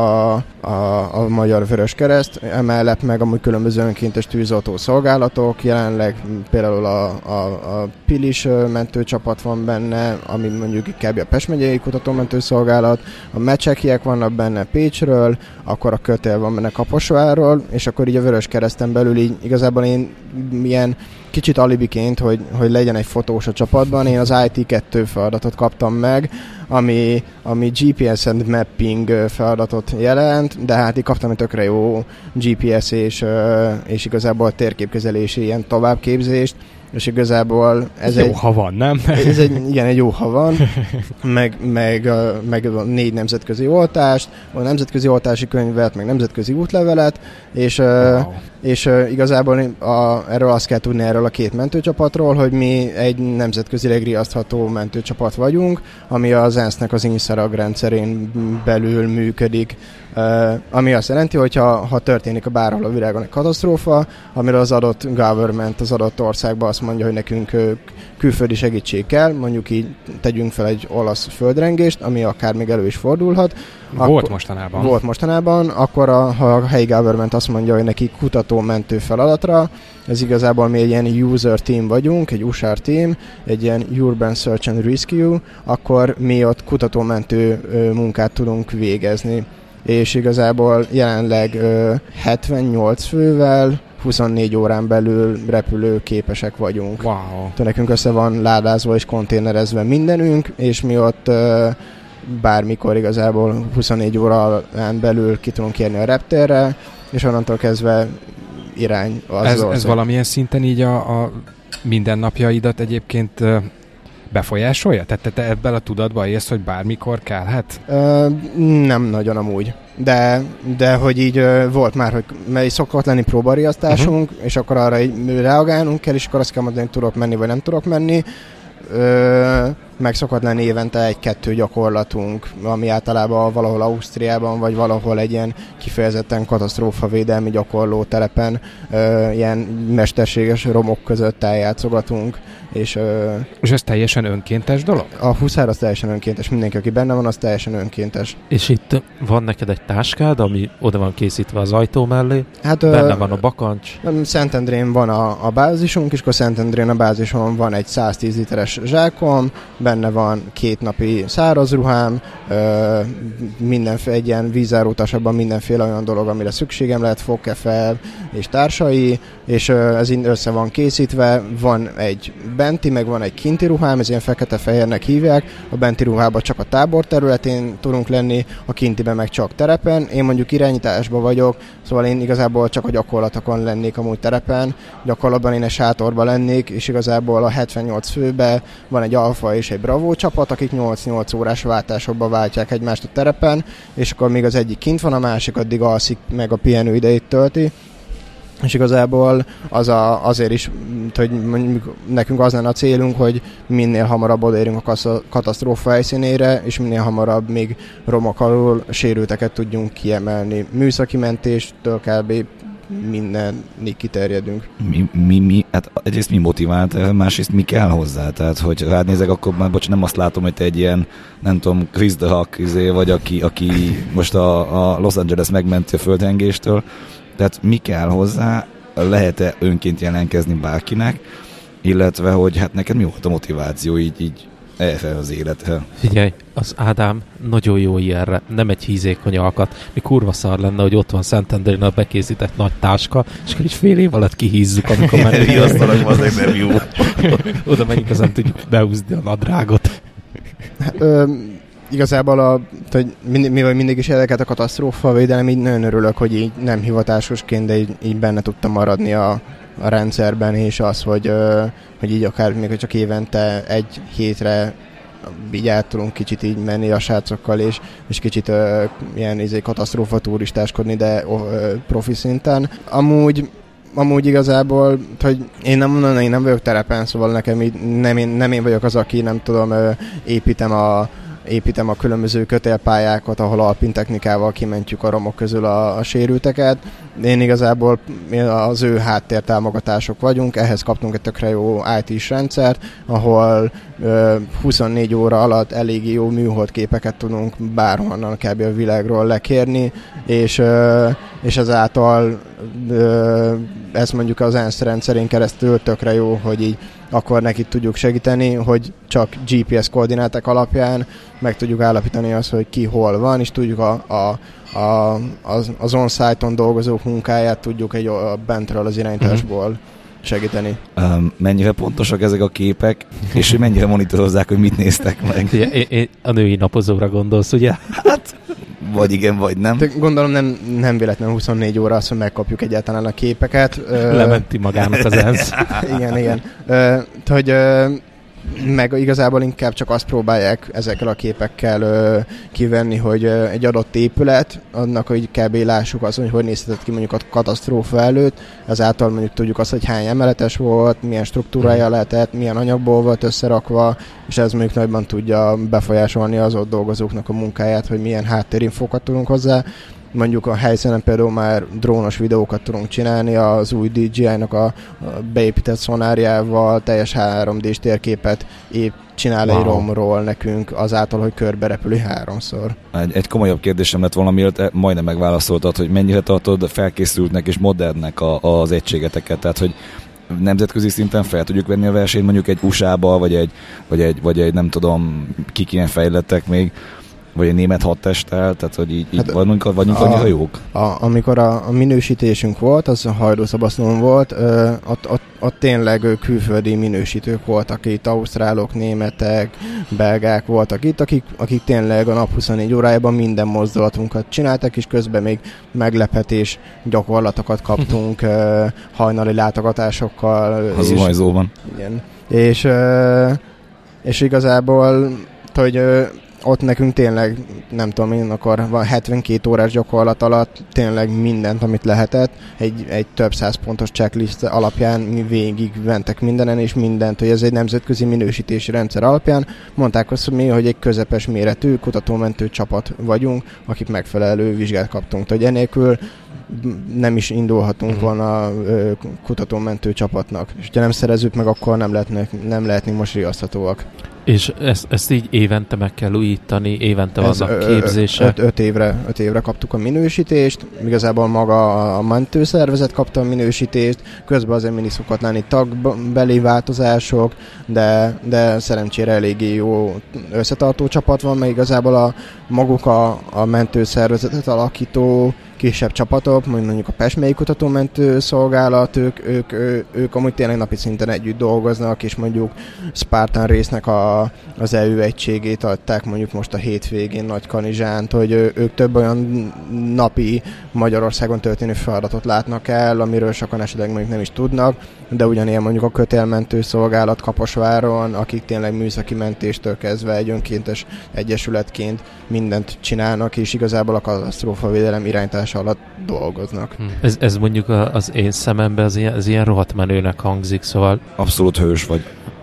a Magyar Vöröskereszt, emellett meg amúgy különböző önkéntes tűzoltó szolgálatok, jelenleg például a Pilis mentőcsapat van benne, ami mondjuk kb. A Pest megyei kutatómentőszolgálat, a mecsekiek vannak benne Pécsről, akkor a Kötél van benne Kaposvárról, és akkor így a Vöröskereszten belül így igazából én ilyen kicsit alibiként, hogy legyen egy fotós a csapatban, én az IT2 feladatot kaptam meg, ami GPS and mapping feladatot jelent, de hát így kaptam egy tökre jó GPS és igazából térképkezelési ilyen továbbképzést, és igazából ez jó, ha van, nem? Ez egy jó, ha van, meg 4 nemzetközi oltást, a nemzetközi oltási könyvet, meg nemzetközi útlevelet, és igazából erről azt kell tudni erről a 2 mentőcsapatról, hogy mi egy nemzetközileg riasztható mentőcsapat vagyunk, ami az ENSZ-nek az INSARAG rendszerén belül működik, ami azt jelenti, hogy ha történik a bárhol a világon egy katasztrófa, amire az adott government, az adott országban azt mondja, hogy nekünk külföldi segítség kell, mondjuk így tegyünk fel egy olasz földrengést, ami akár még elő is fordulhat. Volt mostanában. Akkor ha a helyi government azt mondja, hogy neki kutató-mentő feladatra, ez igazából mi egy ilyen user team vagyunk, egy USAR team, egy ilyen Urban Search and Rescue, akkor mi ott kutató-mentő munkát tudunk végezni. És igazából jelenleg 78 fővel, 24 órán belül repülőképesek vagyunk. Wow. Nekünk össze van ládázva és konténerezve mindenünk, és mi ott bármikor igazából 24 órán belül ki tudunk érni a reptérre, és onnantól kezdve irány az ez valamilyen szinten így a mindennapjaidat egyébként befolyásolja? Tehát te ebben a tudatban élsz, hogy bármikor kellhet? Nem nagyon amúgy. De hogy így volt már, hogy mely szokott lenni próbariasztásunk, és akkor arra így reagálnunk kell, és akkor azt kell mondani, hogy tudok menni, vagy nem tudok menni. Meg szokott lenni évente 1-2 gyakorlatunk, ami általában valahol Ausztriában, vagy valahol egy ilyen kifejezetten katasztrófavédelmi gyakorló telepen ilyen mesterséges romok között eljátszogatunk. És ez teljesen önkéntes dolog? A huszár az teljesen önkéntes, mindenki, aki benne van, az teljesen önkéntes. És itt van neked egy táskád, ami oda van készítve az ajtó mellé, hát, benne van a bakancs. Szentendrén van a bázisunk, és akkor Szentendrén a bázison van egy 110 literes zsákom, benne van 2 napi száraz ruhám, mindenféle egy ilyen vízárótasabban mindenféle olyan dolog, amire szükségem lehet, fogkefel és társai, és ez össze van készítve, van egy benti, meg van egy kinti ruhám, ez ilyen fekete-fehérnek hívják, a benti ruhában csak a tábor területén tudunk lenni, a kintiben meg csak terepen, én mondjuk irányításban vagyok, szóval én igazából csak a gyakorlatokon lennék amúgy terepen, gyakorlatban én egy sátorban lennék, és igazából a 78 főbe van egy alfa és egy bravo csapat, akik 8-8 órás váltásokba váltják egymást a terepen, és akkor még az egyik kint van, a másik addig alszik, meg a pihenő idejét tölti. És igazából azért is, hogy nekünk az lenne a célunk, hogy minél hamarabb odaérünk a katasztrófa helyszínére, és minél hamarabb még romok alól sérülteket tudjunk kiemelni. Műszaki mentéstől kb. Mindenig kiterjedünk. Hát egyrészt mi motivált, másrészt mi kell hozzá? Tehát, hogy rád nézek, akkor már nem azt látom, hogy te egy ilyen, nem tudom, Chris the Huck vagy aki most a Los Angeles megmenti a földrengéstől. Tehát mi kell hozzá? Lehet-e önként jelentkezni bárkinek? Illetve, hogy hát neked mi volt a motiváció így elfelé az életre? Figyelj, az Ádám nagyon jó ilyenre, nem egy hízékony alkat. Mi kurva szar lenne, hogy ott van Szentendrén a bekészített nagy táska, és akkor is fél év alatt kihízzuk, amikor már riasztanak, azért nem jó. Oda megyünk, aztán tudjuk behúzni a nadrágot. Igazából mivel mindig is érdekelt a katasztrófavédelem, így nagyon örülök, hogy így nem hivatásosként, de így benne tudtam maradni a rendszerben, és az, hogy így akár még csak évente 1 hétre így át tudunk kicsit így menni a srácokkal, és kicsit ilyen katasztrófa turistáskodni, de profi szinten. Amúgy igazából, hogy én nem vagyok terepen, szóval nekem így nem én vagyok az, aki nem tudom, építem építem a különböző kötélpályákat, ahol alpin technikával kimentjük a romok közül a sérülteket. Én igazából az ő háttértámogatások vagyunk, ehhez kaptunk egy tökre jó IT-s rendszert, ahol 24 óra alatt elég jó műholdképeket tudunk bárhonnan kb. A világról lekérni, és ezáltal ez mondjuk az ENSZ rendszerén keresztül tökre jó, hogy így akkor neki tudjuk segíteni, hogy csak GPS koordináták alapján meg tudjuk állapítani azt, hogy ki hol van, és tudjuk az on-site-on dolgozók munkáját tudjuk bentről az irányításból segíteni. Mennyire pontosak ezek a képek, és hogy mennyire monitorozzák, hogy mit néztek meg? A női napozóra gondolsz, ugye? Hát, vagy igen, vagy nem. De gondolom nem véletlenül 24 óra az, hogy megkapjuk egyáltalán a képeket. Lementi magának az ENSZ. Igen. Hogy meg igazából inkább csak azt próbálják ezekkel a képekkel kivenni, hogy egy adott épület, annak, hogy kb. Lássuk azt, hogy nézhetett ki mondjuk a katasztrófa előtt, ezáltal mondjuk tudjuk azt, hogy hány emeletes volt, milyen struktúrája lehetett, milyen anyagból volt összerakva, és ez mondjuk nagyban tudja befolyásolni az ott dolgozóknak a munkáját, hogy milyen háttérinfókat tudunk hozzá. Mondjuk a helyszínen például már drónos videókat tudunk csinálni, az új DJI-nak a beépített szonárjával teljes 3D-s térképet csinál egy romról nekünk azáltal, hogy körbe repüli 3-szor. Egy komolyabb kérdésem lett volna, mielőtt majdnem megválaszoltad, hogy mennyire tartod felkészültnek és modernnek az egységeteket, tehát hogy nemzetközi szinten fel tudjuk venni a versenyt mondjuk egy USA-ba, vagy egy nem tudom, kik ilyen fejlettek még, vagy egy német hadtesttel, tehát hogy így hát vagyunk annyira jók? Amikor a minősítésünk volt, az a Hajdúszabaszlón volt, ott tényleg külföldi minősítők voltak itt, ausztrálok, németek, belgák voltak itt, akik tényleg a nap 24 órájában minden mozdulatunkat csináltak, és közben még meglepetés gyakorlatokat kaptunk hajnali látogatásokkal. Az zuhanyzóban. Igen. És igazából, hogy ott nekünk tényleg, nem tudom én, akkor van 72 órás gyakorlat alatt tényleg mindent, amit lehetett, egy több 100 pontos checklist alapján mi végig mentek mindenen, és mindent, hogy ez egy nemzetközi minősítési rendszer alapján. Mondták azt, hogy egy közepes méretű kutatómentő csapat vagyunk, akik megfelelő vizsgát kaptunk. Hogy enélkül nem is indulhatunk volna kutatómentő csapatnak. És ha nem szerezzük meg, akkor nem lehetnénk most riaszthatóak. És ezt így évente meg kell újítani, évente vannak képzése. 5 évre kaptuk a minősítést, igazából maga a mentőszervezet kapta a minősítést, közben azért mindig szokott lenni tagbeli változások, de szerencsére eléggé jó összetartó csapat van, mert igazából maguk a mentőszervezetet alakító kisebb csapatok, mondjuk a Pest megyei kutatómentő szolgálat, ők amúgy tényleg napi szinten együtt dolgoznak, és mondjuk Spartan résznek az EU egységét adták mondjuk most a hétvégén Nagykanizsánt, hogy ők több olyan napi Magyarországon történő feladatot látnak el, amiről sokan esetleg mondjuk nem is tudnak, de ugyanilyen mondjuk a kötélmentő szolgálat Kaposváron, akik tényleg műszaki mentéstől kezdve egy önkéntes egyesületként mindent csinálnak, és igazából a katasztrófavédelem irányítása alatt dolgoznak. Ez mondjuk az én szememben az ilyen rohadt menőnek hangzik, szóval... Abszolút hős vagy.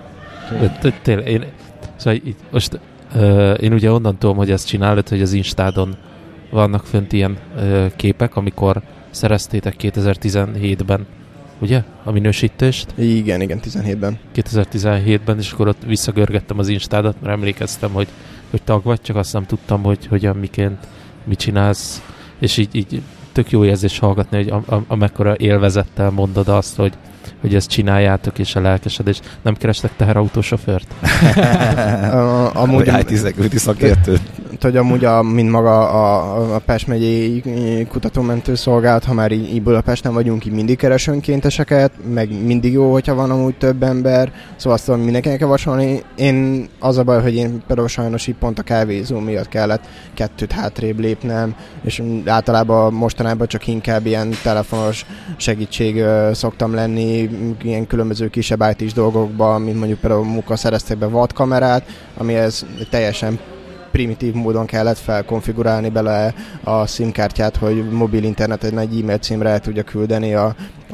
Tényleg, szóval most én ugye onnan tudom, hogy ezt csinálod, hogy az Instádon vannak fönt ilyen képek, amikor szereztétek 2017-ben, ugye? A minősítést? Igen, 17-ben. 2017-ben, és akkor ott visszagörgettem az Instádat, mert emlékeztem, hogy tag vagy, csak azt nem tudtam, hogy hogyan, miként, mit csinálsz, és így tök jó érzés hallgatni, hogy amekkora élvezettel mondod azt, hogy ezt csináljátok, és a lelkesedés. Nem kerestek teherautósofőrt? Amúgy IT-security szakértőt. Hogy amúgy, mint maga a Pest megyei kutatómentő szolgálat, ha már így Budapesten vagyunk, így mindig keres önkénteseket, meg mindig jó, hogyha van amúgy több ember, szóval azt tudom mindenkinek javasolni. Én az a baj, hogy én például sajnos így pont a kávézó miatt kellett 2 hátrébb lépnem, és általában mostanában csak inkább ilyen telefonos segítség szoktam lenni, ilyen különböző kisebb IT-s dolgokban, mint mondjuk például munka szereztek be vadkamerát, amihez teljesen primitív módon kellett felkonfigurálni bele a SIM-kártyát, hogy mobil internetet egy e-mail címre el tudja küldeni a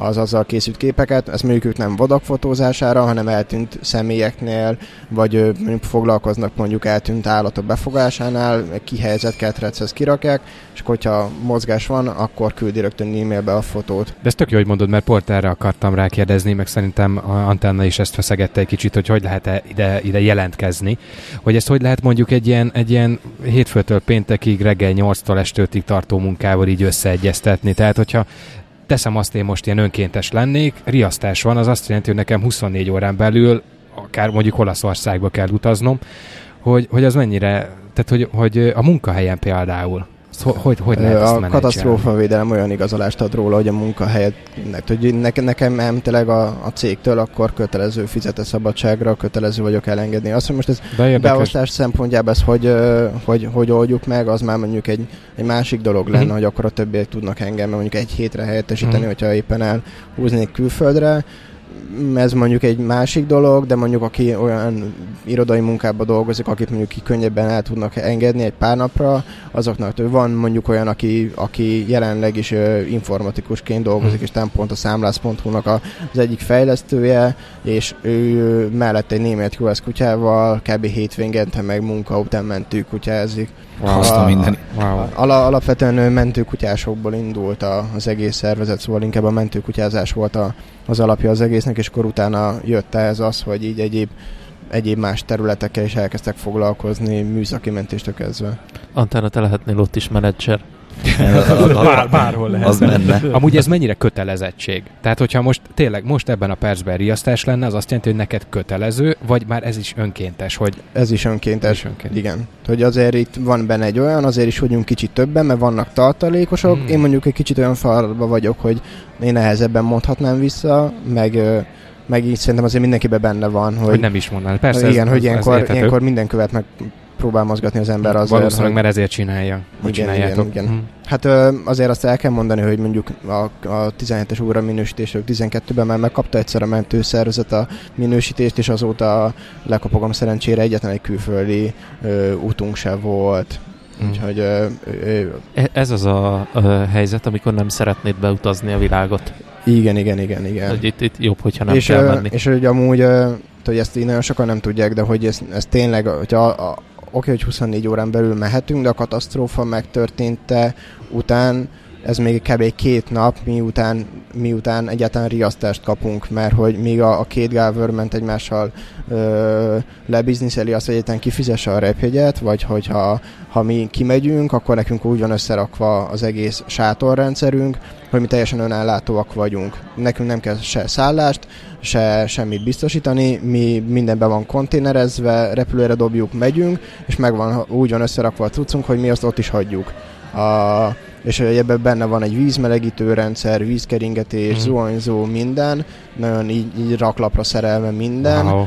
az azzal készült képeket, ezt mondjuk ők nem vadakfotózására, hanem eltűnt személyeknél, vagy foglalkoznak mondjuk eltűnt állatok befogásánál, kihelyezett ketrechez kirakják, és hogyha mozgás van, akkor küldi rögtön e-mailbe a fotót. De ez tök jó, hogy mondod, mert pont erre akartam rákérdezni, meg szerintem Antenna is ezt feszegette egy kicsit, hogy lehet ide jelentkezni, hogy ezt hogy lehet mondjuk egy ilyen hétfőtől péntekig, reggel 8-tól este 5-ig tartó munkával így összeegyeztetni. Tehát, hogyha teszem azt, én most ilyen önkéntes lennék, riasztás van, az azt jelenti, hogy nekem 24 órán belül, akár mondjuk Olaszországba kell utaznom, hogy az mennyire, tehát hogy a munkahelyen például, hogy lehet ezt menedzselni? A katasztrófavédelem olyan igazolást ad róla, hogy a munkahelyetnek, hogy nekem tényleg a cégtől akkor kötelező fizetett szabadságra, kötelező vagyok elengedni. Azt, hogy most ez beosztás szempontjában ez hogy oldjuk meg, az már mondjuk egy másik dolog lenne, hogy akkor a többiek tudnak engem mondjuk egy hétre helyettesíteni, hogyha éppen elhúznék külföldre. Ez mondjuk egy másik dolog, de mondjuk aki olyan irodai munkában dolgozik, akit mondjuk ki könnyebben el tudnak engedni egy pár napra, azoknak van mondjuk olyan, aki jelenleg is informatikusként dolgozik, és nem pont a számlász.hu-nak az egyik fejlesztője, és ő mellett egy német US kutyával kb. Hétvégente meg munka után mentőkutyázik. Alapvetően mentőkutyásokból indult az egész szervezet, szóval inkább a mentőkutyázás volt az alapja az egésznek, és akkor utána jött ez az, hogy így egyéb más területekkel is elkezdtek foglalkozni, műszaki mentéstől kezdve. Antenna, te lehetnél ott is menedzser. Bárhol lehet. Az menne. Amúgy ez mennyire kötelezettség? Tehát, hogyha most ebben a percben riasztás lenne, az azt jelenti, hogy neked kötelező, vagy már ez is önkéntes? Ez is önkéntes, igen. Hogy azért itt van benne egy olyan, azért is vagyunk kicsit többen, mert vannak tartalékosok. Én mondjuk egy kicsit olyan falba vagyok, hogy én nehezebben mondhatnám vissza, meg így szerintem azért mindenkiben benne van, hogy nem is mondanál. Persze, igen, hogy ilyenkor minden követ meg próbál mozgatni az ember azért. Valószínűleg, mert ezért csinálja. Igen. Hát azért azt el kell mondani, hogy mondjuk a 17-es óra minősítésről 12-ben már megkapta egyszer a mentőszervezet a minősítést, és azóta lekapogom szerencsére egyetlen egy külföldi útunk se volt. Úgyhogy, ez az a helyzet, amikor nem szeretnéd beutazni a világot. Igen. Hogy itt jobb, hogyha nem kell menni. És hogy amúgy, hogy ezt így nagyon sokan nem tudják, de hogy ez tényleg, hogyha oké, hogy 24 órán belül mehetünk, de a katasztrófa megtörténte után ez még kb. 2 nap, miután egyáltalán riasztást kapunk, mert hogy még a két government egymással lebizniszeli azt, hogy egyáltalán kifizesse a repjegyet, vagy hogyha mi kimegyünk, akkor nekünk úgy van összerakva az egész sátorrendszerünk, hogy mi teljesen önellátóak vagyunk. Nekünk nem kell se szállást, se semmit biztosítani, mi mindenben van konténerezve, repülőre dobjuk, megyünk, és úgy van összerakva a cuccunk, hogy mi azt ott is hagyjuk. És ebben benne van egy vízmelegítő rendszer, vízkeringetés, zuhanyzó, minden, nagyon így raklapra szerelve minden, wow.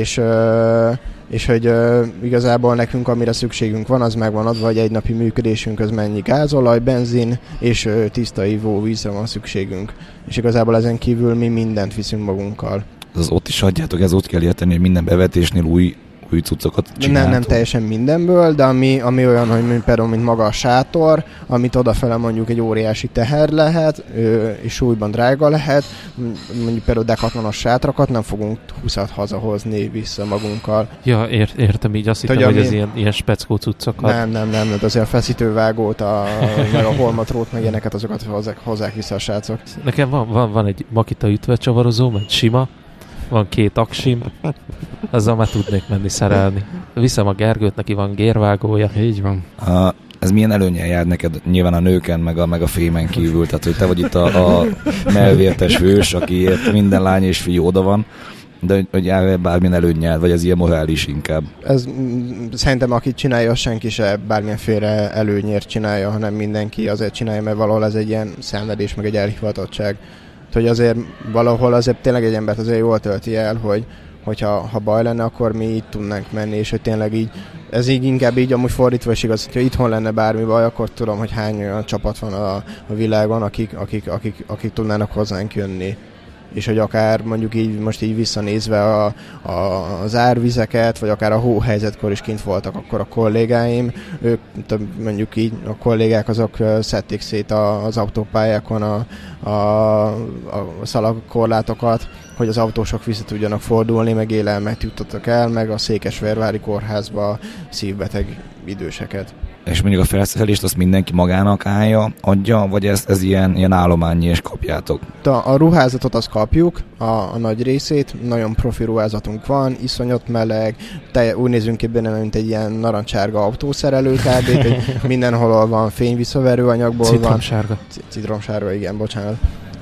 És hogy igazából nekünk, amire szükségünk van, az meg van adva, hogy egy napi működésünkhöz mennyi gázolaj, benzin és tiszta ivóvízre van szükségünk. És igazából ezen kívül mi mindent viszünk magunkkal. Az ott is adjátok, ez ott kell érteni, hogy minden bevetésnél új cuccokat csináltok? Nem teljesen mindenből, de ami olyan, hogy például mint maga a sátor, amit odafele mondjuk egy óriási teher lehet, és súlyban drága lehet, mondjuk például Decathlonos sátrakat nem fogunk 20-at hazahozni vissza magunkkal. Ja, értem, így azt hittem, hogy ez ilyen speckó cuccokat. Nem, de azért a feszítővágót, meg a holmatrót, meg ilyeneket, azokat hozzák vissza a srácok. Nekem van egy Makita ütvegcsavarozó, meg sima, van 2 aksim, azzal már tudnék menni szerelni. Viszem a Gergőt, neki van gérvágója. Így van. Ez milyen előnnyel jár neked nyilván a nőken, meg a fémen kívül? Tehát, hogy te vagy itt a melvértes hős, akiért minden lány és fiú oda van, de hogy jár bármilyen előnnyel, vagy ez ilyen morális inkább? Ez szerintem akit csinálja, senki se bármilyenféle előnyért csinálja, hanem mindenki azért csinálja, mert valahol ez egy ilyen szenvedés, meg egy elhivatottság. Hogy azért valahol azért tényleg egy embert azért jól tölti el, hogyha baj lenne, akkor mi így tudnánk menni, és hogy tényleg így, ez így inkább így amúgy fordítva is igaz, hogyha itthon lenne bármi baj, akkor tudom, hogy hány olyan csapat van a világon, akik tudnának hozzánk jönni. és hogy akár mondjuk így most így visszanézve az árvizeket, vagy akár a hóhelyzetkor is kint voltak akkor a kollégáim, ők mondjuk így a kollégák azok szedték szét az autópályákon a szalagkorlátokat, hogy az autósok vissza tudjanak fordulni, meg élelmet jutottak el, meg a Székesfehérvári kórházba szívbeteg időseket. És mondjuk a felszerelést azt mindenki magának adja, vagy ez ilyen állományi, és kapjátok? A ruházatot azt kapjuk, a nagy részét, nagyon profi ruházatunk van, iszonyat meleg, úgy nézünk ki benne, mint egy ilyen narancsárga autószerelő kb. Mindenhol van fény visszaverő anyagból Citromsárga. Citromsárga, igen, bocsánat.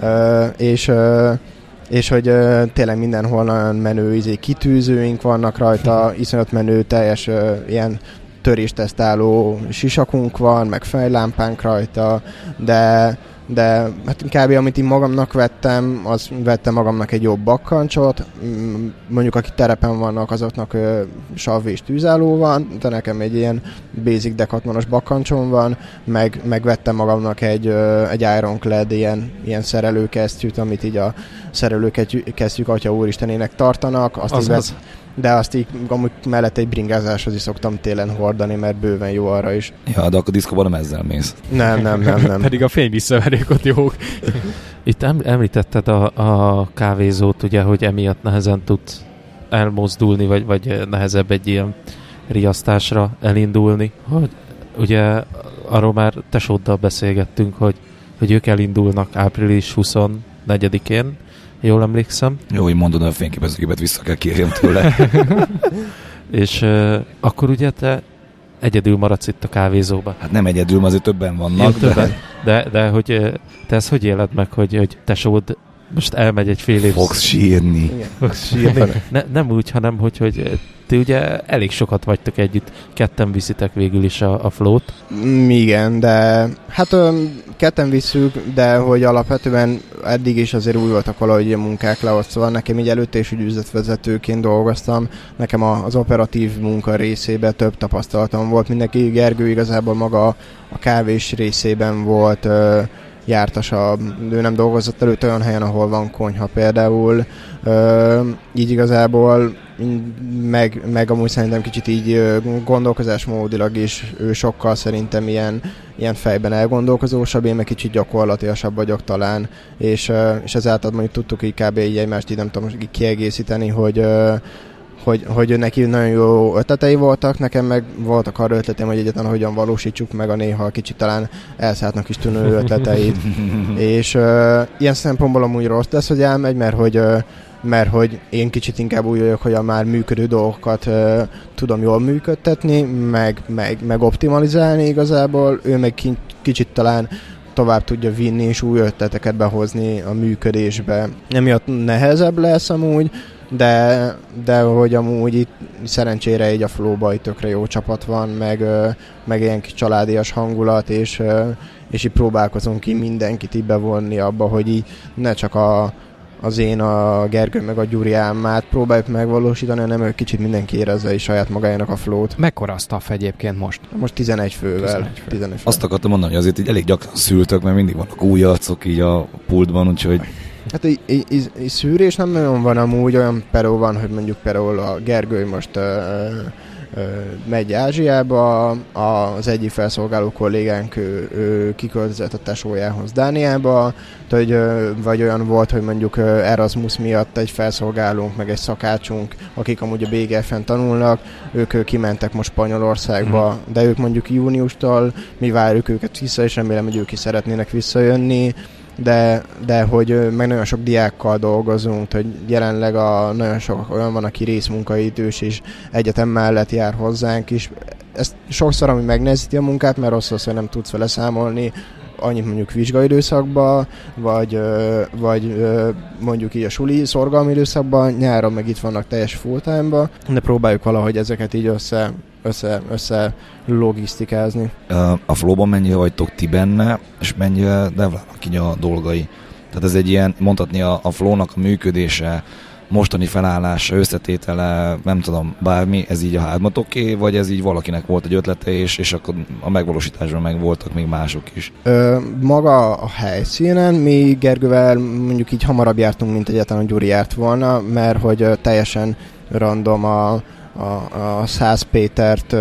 És hogy tényleg mindenhol nagyon menő kitűzőink vannak rajta, iszonyat menő, teljes ilyen töréstesztáló sisakunk van, meg fejlámpánk rajta, de hát kb. Amit én magamnak vettem, az vettem magamnak egy jobb bakkancsot, mondjuk akik terepen vannak, azoknak sav és tűzálló van, de nekem egy ilyen basic decathlon-os bakkancsom van, meg vettem magamnak egy Ironclad ilyen szerelőkesztyűt, amit így a szerelőkesztyűk Atya Úristenének tartanak, de azt így amúgy mellett egy bringázáshoz is szoktam télen hordani, mert bőven jó arra is. Ja, de akkor diszkóban nem ezzel mész. Nem. Pedig a fényvisszaverők ott jók. Itt említetted a kávézót, ugye, hogy emiatt nehezen tud elmozdulni, vagy nehezebb egy ilyen riasztásra elindulni. Hogy ugye arról már tesóddal beszélgettünk, hogy ők elindulnak április 24-én, jól emlékszem. Jó, hogy mondod, a fényképezőgépet vissza kell kérjem tőle. És akkor ugye te egyedül maradsz itt a kávézóba. Hát nem egyedül, azért többen vannak. Jó, de hogy te ezt hogy éled meg, hogy tesód most elmegy egy fél év... Fogsz sírni. Fogsz sírni. Nem úgy, hanem hogy ti ugye elég sokat vagytok együtt, ketten viszitek végül is a flót. Igen, de hát ketten visszük, de hogy alapvetően eddig is azért úgy voltak valahogy a munkák leosztva. Nekem így előtte is ügyvezetőként dolgoztam, nekem az operatív munka részében több tapasztalatom volt. Mindenki, Gergő igazából maga a kávés részében volt jártasabb, ő nem dolgozott előtt olyan helyen, ahol van konyha például, így igazából meg amúgy szerintem kicsit így gondolkozásmódilag is ő sokkal szerintem ilyen fejben elgondolkozósabb, én meg kicsit gyakorlatilasabb vagyok talán, és ezáltal mondjuk tudtuk így kb. Így egymást így nem tudom így kiegészíteni, hogy neki nagyon jó ötletei voltak, nekem meg voltak arra ötleteim, hogy egyáltalán hogyan valósítsuk meg a néha kicsit talán elszálltnak is tűnő ötleteit. És ilyen szempontból amúgy rossz lesz, hogy elmegy, mert hogy én kicsit inkább úgy vagyok, hogy a már működő dolgokat tudom jól működtetni, meg optimalizálni igazából, ő meg kicsit talán tovább tudja vinni és új ötleteket behozni a működésbe. Emiatt nehezebb lesz amúgy, de hogy amúgy itt szerencsére így a flow-ba tökre jó csapat van, meg ilyen kis családias hangulat, és így próbálkozunk ki mindenkit így bevonni abba, hogy így ne csak az én, a Gergő meg a Gyuri álmát próbáljuk megvalósítani, hanem ő kicsit mindenki érezze is saját magának a flow-t. Mekkora a staff egyébként most? Most 11 fővel. 11 fő. Azt akartam mondani, hogy azért így elég gyakran szültök, mert mindig vannak új arcok így a pultban, úgyhogy... Hát így szűrés nem nagyon van amúgy, olyan peró van, hogy mondjuk például a Gergő most megy Ázsiába, az egyik felszolgáló kollégánk ő kiköltözött a tesójához Dániába, vagy olyan volt, hogy mondjuk Erasmus miatt egy felszolgálónk, meg egy szakácsunk, akik amúgy a BGF-en tanulnak, ők kimentek most Spanyolországba, de ők mondjuk júniustól, mi várjuk őket vissza, és remélem, hogy ők is szeretnének visszajönni, de hogy meg nagyon sok diákkal dolgozunk, hogy jelenleg nagyon sok olyan van, aki részmunkaidős és egyetem mellett jár hozzánk is. Ez sokszor, ami megnehezíti a munkát, mert rossz az, hogy nem tudsz vele számolni annyit mondjuk vizsgaidőszakban, vagy mondjuk így a suli szorgalmi időszakban, nyáron meg itt vannak teljes full-time-ba, de próbáljuk valahogy ezeket így össze logisztikázni. A flow-ban mennyire vagytok ti benne, és mennyire Devlának így a dolgai? Tehát ez egy ilyen, mondhatni a flow-nak a működése, mostani felállása, összetétele, nem tudom, bármi, ez így a hármatoké, vagy ez így valakinek volt egy ötlete, és akkor a megvalósításban meg voltak még mások is? Maga a helyszínen mi Gergővel mondjuk így hamarabb jártunk, mint egyáltalán a Gyuri járt volna, mert hogy teljesen random a Szász Pétert,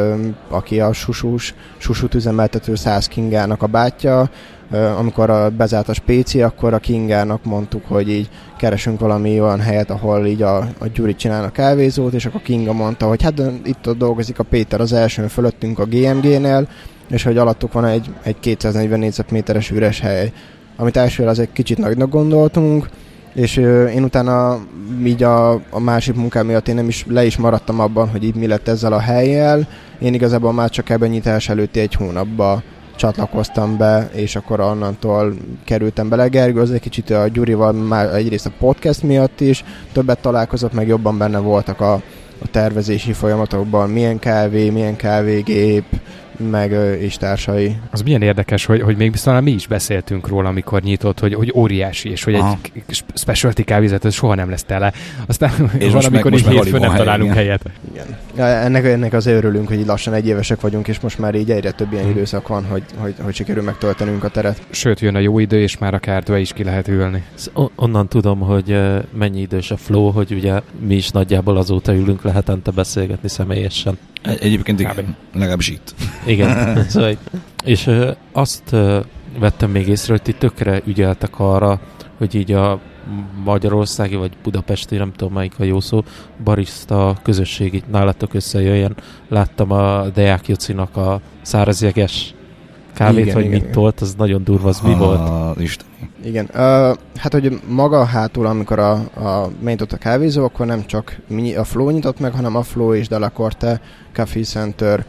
aki a Susut üzemeltető Szász Kingának a bátyja, amikor bezárt a Spéci, akkor a Kingának mondtuk, hogy így keresünk valami olyan helyet, ahol így a Gyuri csinálna kávézót, és akkor Kinga mondta, hogy hát itt dolgozik a Péter az elsőn fölöttünk a GMG-nél, és hogy alattuk van egy 240 négyzetméteres üres hely, amit elsőre az egy kicsit nagynak gondoltunk, és én utána így a másik munkám miatt én nem is le is maradtam abban, hogy így mi lett ezzel a helyjel. Én igazából már csak ebben nyitás előtti egy hónapba csatlakoztam be, és akkor onnantól kerültem bele. Gergő az egy kicsit a Gyurival már egyrészt a podcast miatt is többet találkozott, meg jobban benne voltak a tervezési folyamatokban, milyen kávé, milyen kávégép, meg és társai. Az milyen érdekes, hogy még biztosan mi is beszéltünk róla, amikor nyitott, hogy óriási, és hogy egy specialty kávézat, ez soha nem lesz tele. Aztán és valamikor így hétfőn nem találunk helyet. Igen. Ennek azért örülünk, hogy így lassan egyévesek vagyunk, és most már így egyre több ilyen időszak van, hogy sikerül megtöltenünk a teret. Sőt, jön a jó idő, és már a kertbe is ki lehet ülni. Onnan tudom, hogy mennyi idős a flow, hogy ugye mi is nagyjából azóta ülünk le hetente beszélgetni személyesen. Egyébként igen, legalábbis itt. Igen. Szóval, és azt vettem még észre, hogy ti tökre ügyeltek arra, hogy így a magyarországi vagy budapesti, nem tudom melyik a jó szó, barista közösség így nálatok összejöjjön. Láttam a Deák Jocinak a szárazjeges kávét, igen, vagy igen, mit volt, az nagyon durva, az mi volt? Isteni. Igen, hát hogy maga hátul, amikor megnyitott a kávézó, akkor nem csak a Flow nyitott meg, hanem a Flow és de la Corte Café Center,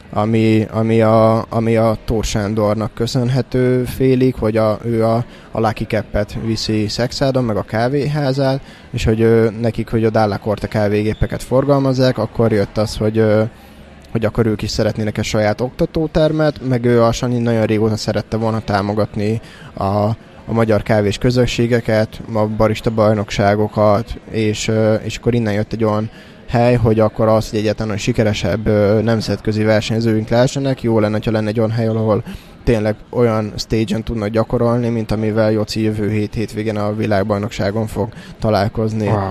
ami a Tóth Sándornak köszönhető félig, hogy ő a Lucky Cap-et viszi Szexádon, meg a kávéházát, és hogy nekik, hogy a de la Corte kávégépeket forgalmazzák, akkor jött az, hogy akkor ők is szeretnének egy saját oktatótermet, meg ő a Sanyi nagyon régóta szerette volna támogatni a magyar kávés közösségeket, a barista bajnokságokat, és akkor innen jött egy olyan hely, hogy akkor az, hogy egyáltalán sikeresebb nemzetközi versenyzőink lehessenek, jó lenne, ha lenne egy olyan hely, ahol tényleg olyan stage-en tudnak gyakorolni, mint amivel Joci jövő hétvégén a világbajnokságon fog találkozni. Wow.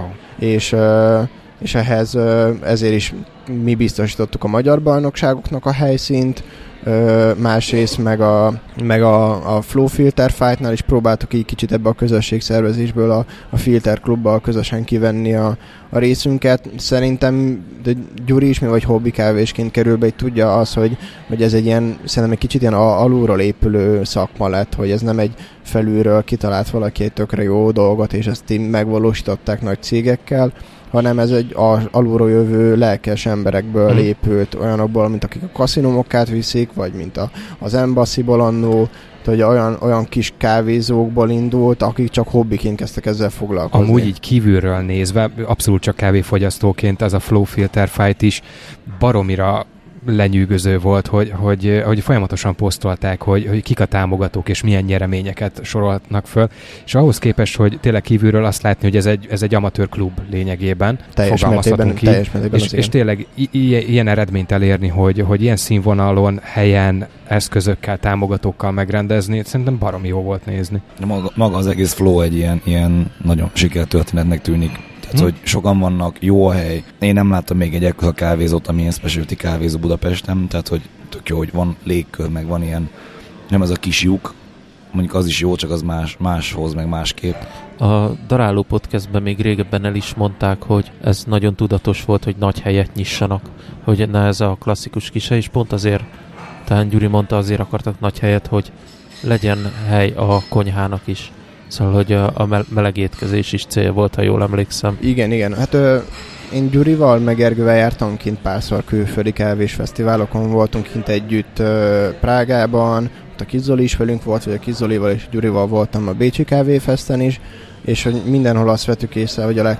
És ehhez ezért is mi biztosítottuk a magyar bajnokságoknak a helyszínt, másrészt meg a Flow Filter Fight-nál is próbáltuk így kicsit ebbe a közösségszervezésből a Filter Klubbal közösen kivenni a részünket. Szerintem Gyuri is, mi vagy hobbi kávésként kerül be, így tudja az, hogy ez egy ilyen, szerintem egy kicsit ilyen alulról épülő szakma lett, hogy ez nem egy felülről kitalált valaki egy tökre jó dolgot, és ezt így megvalósították nagy cégekkel, hanem ez egy alulról jövő lelkes emberekből épült, olyanokból, mint akik a kaszinómokkát viszik, vagy mint az Embassy-ból annó, hogy olyan kis kávézókból indult, akik csak hobbiként kezdtek ezzel foglalkozni. Amúgy így kívülről nézve, abszolút csak kávéfogyasztóként ez a Flow Filter Fight is baromira lenyűgöző volt, hogy folyamatosan posztolták, hogy kik a támogatók és milyen nyereményeket sorolhatnak föl, és ahhoz képest, hogy tényleg kívülről azt látni, hogy ez egy amatőr klub lényegében, teljes mértékben, és tényleg ilyen eredményt elérni, hogy ilyen színvonalon, helyen, eszközökkel, támogatókkal megrendezni, szerintem baromi jó volt nézni. Maga az egész Flow egy ilyen nagyon sikertörténetnek tűnik. Tehát, hogy sokan vannak, jó a hely. Én nem láttam még egy ekkora kávézót, amilyen specialty kávézó Budapesten, tehát, hogy tök jó, hogy van légkör, meg van ilyen, nem ez a kis lyuk, mondjuk az is jó, csak az máshoz, meg másképp. A Daráló podcastben még régebben el is mondták, hogy ez nagyon tudatos volt, hogy nagy helyet nyissanak, hogy ne ez a klasszikus kis hely, és pont azért, talán Gyuri mondta, azért akartak nagy helyet, hogy legyen hely a konyhának is. Szóval, hogy a meleg étkezés is cél volt, ha jól emlékszem. Igen. Hát én Gyurival meg Gergővel jártam kint párszor külföldi kávésfesztiválokon, voltunk kint együtt Prágában, ott a Kizzoli is velünk volt, vagy a Kizzolival és Gyurival voltam a Bécsi Kávéfesten is, és hogy mindenhol azt vettük észre, hogy a legtöbb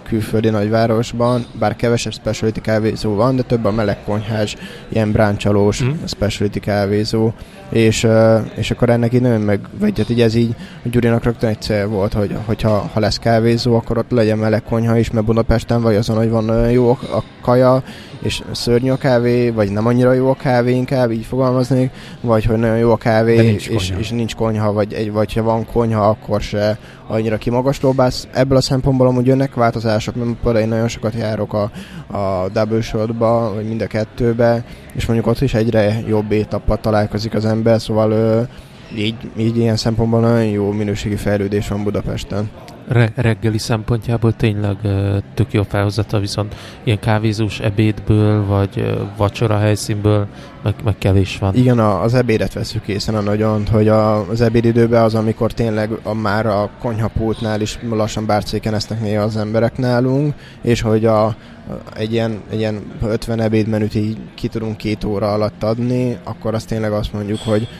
külföldi nagyvárosban, bár kevesebb specialty kávézó van, de több a melegkonyhás, ilyen bráncsalós specialty kávézó, és akkor ennek így nagyon megvegyet, így ez így a Gyurinak rögtön egy cél volt, hogyha lesz kávézó, akkor ott legyen melegkonyha is, mert Budapesten vagy azon, hogy van nagyon jó a kaja, és szörnyű a kávé, vagy nem annyira jó a kávé, inkább így fogalmaznék, vagy hogy nagyon jó a kávé, és nincs konyha, vagy ha van konyha, akkor se annyira kimagasló, ebből a szempontból amúgy jönnek változások, mert például én nagyon sokat járok a double shotba, vagy mind a kettőbe, és mondjuk ott is egyre jobb étappal találkozik az ember, szóval így ilyen szempontból nagyon jó minőségi fejlődés van Budapesten. Reggeli szempontjából tényleg tök jó felhozata, viszont ilyen kávézós ebédből, vagy vacsora helyszínből meg kevés van. Igen, az ebédet veszük észen a nagyon, hogy az ebédidőben az, amikor tényleg már a konyhapultnál is lassan bárcéken esznek néha az emberek nálunk, és hogy egy ilyen 50 ebédmenüt így ki tudunk 2 óra alatt adni, akkor azt tényleg azt mondjuk,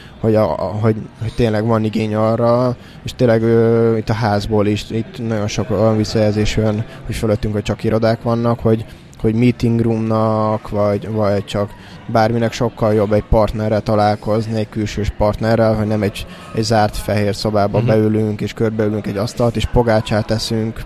hogy tényleg van igény arra, és tényleg itt a házból is, itt nagyon sok olyan visszajelzés jön, hogy fölöttünk, hogy csak irodák vannak, hogy meeting roomnak, vagy csak bárminek sokkal jobb egy partnerrel találkozni, egy külsős partnerrel, hogy nem egy zárt fehér szobába beülünk, és körbeülünk egy asztalt, és pogácsát teszünk,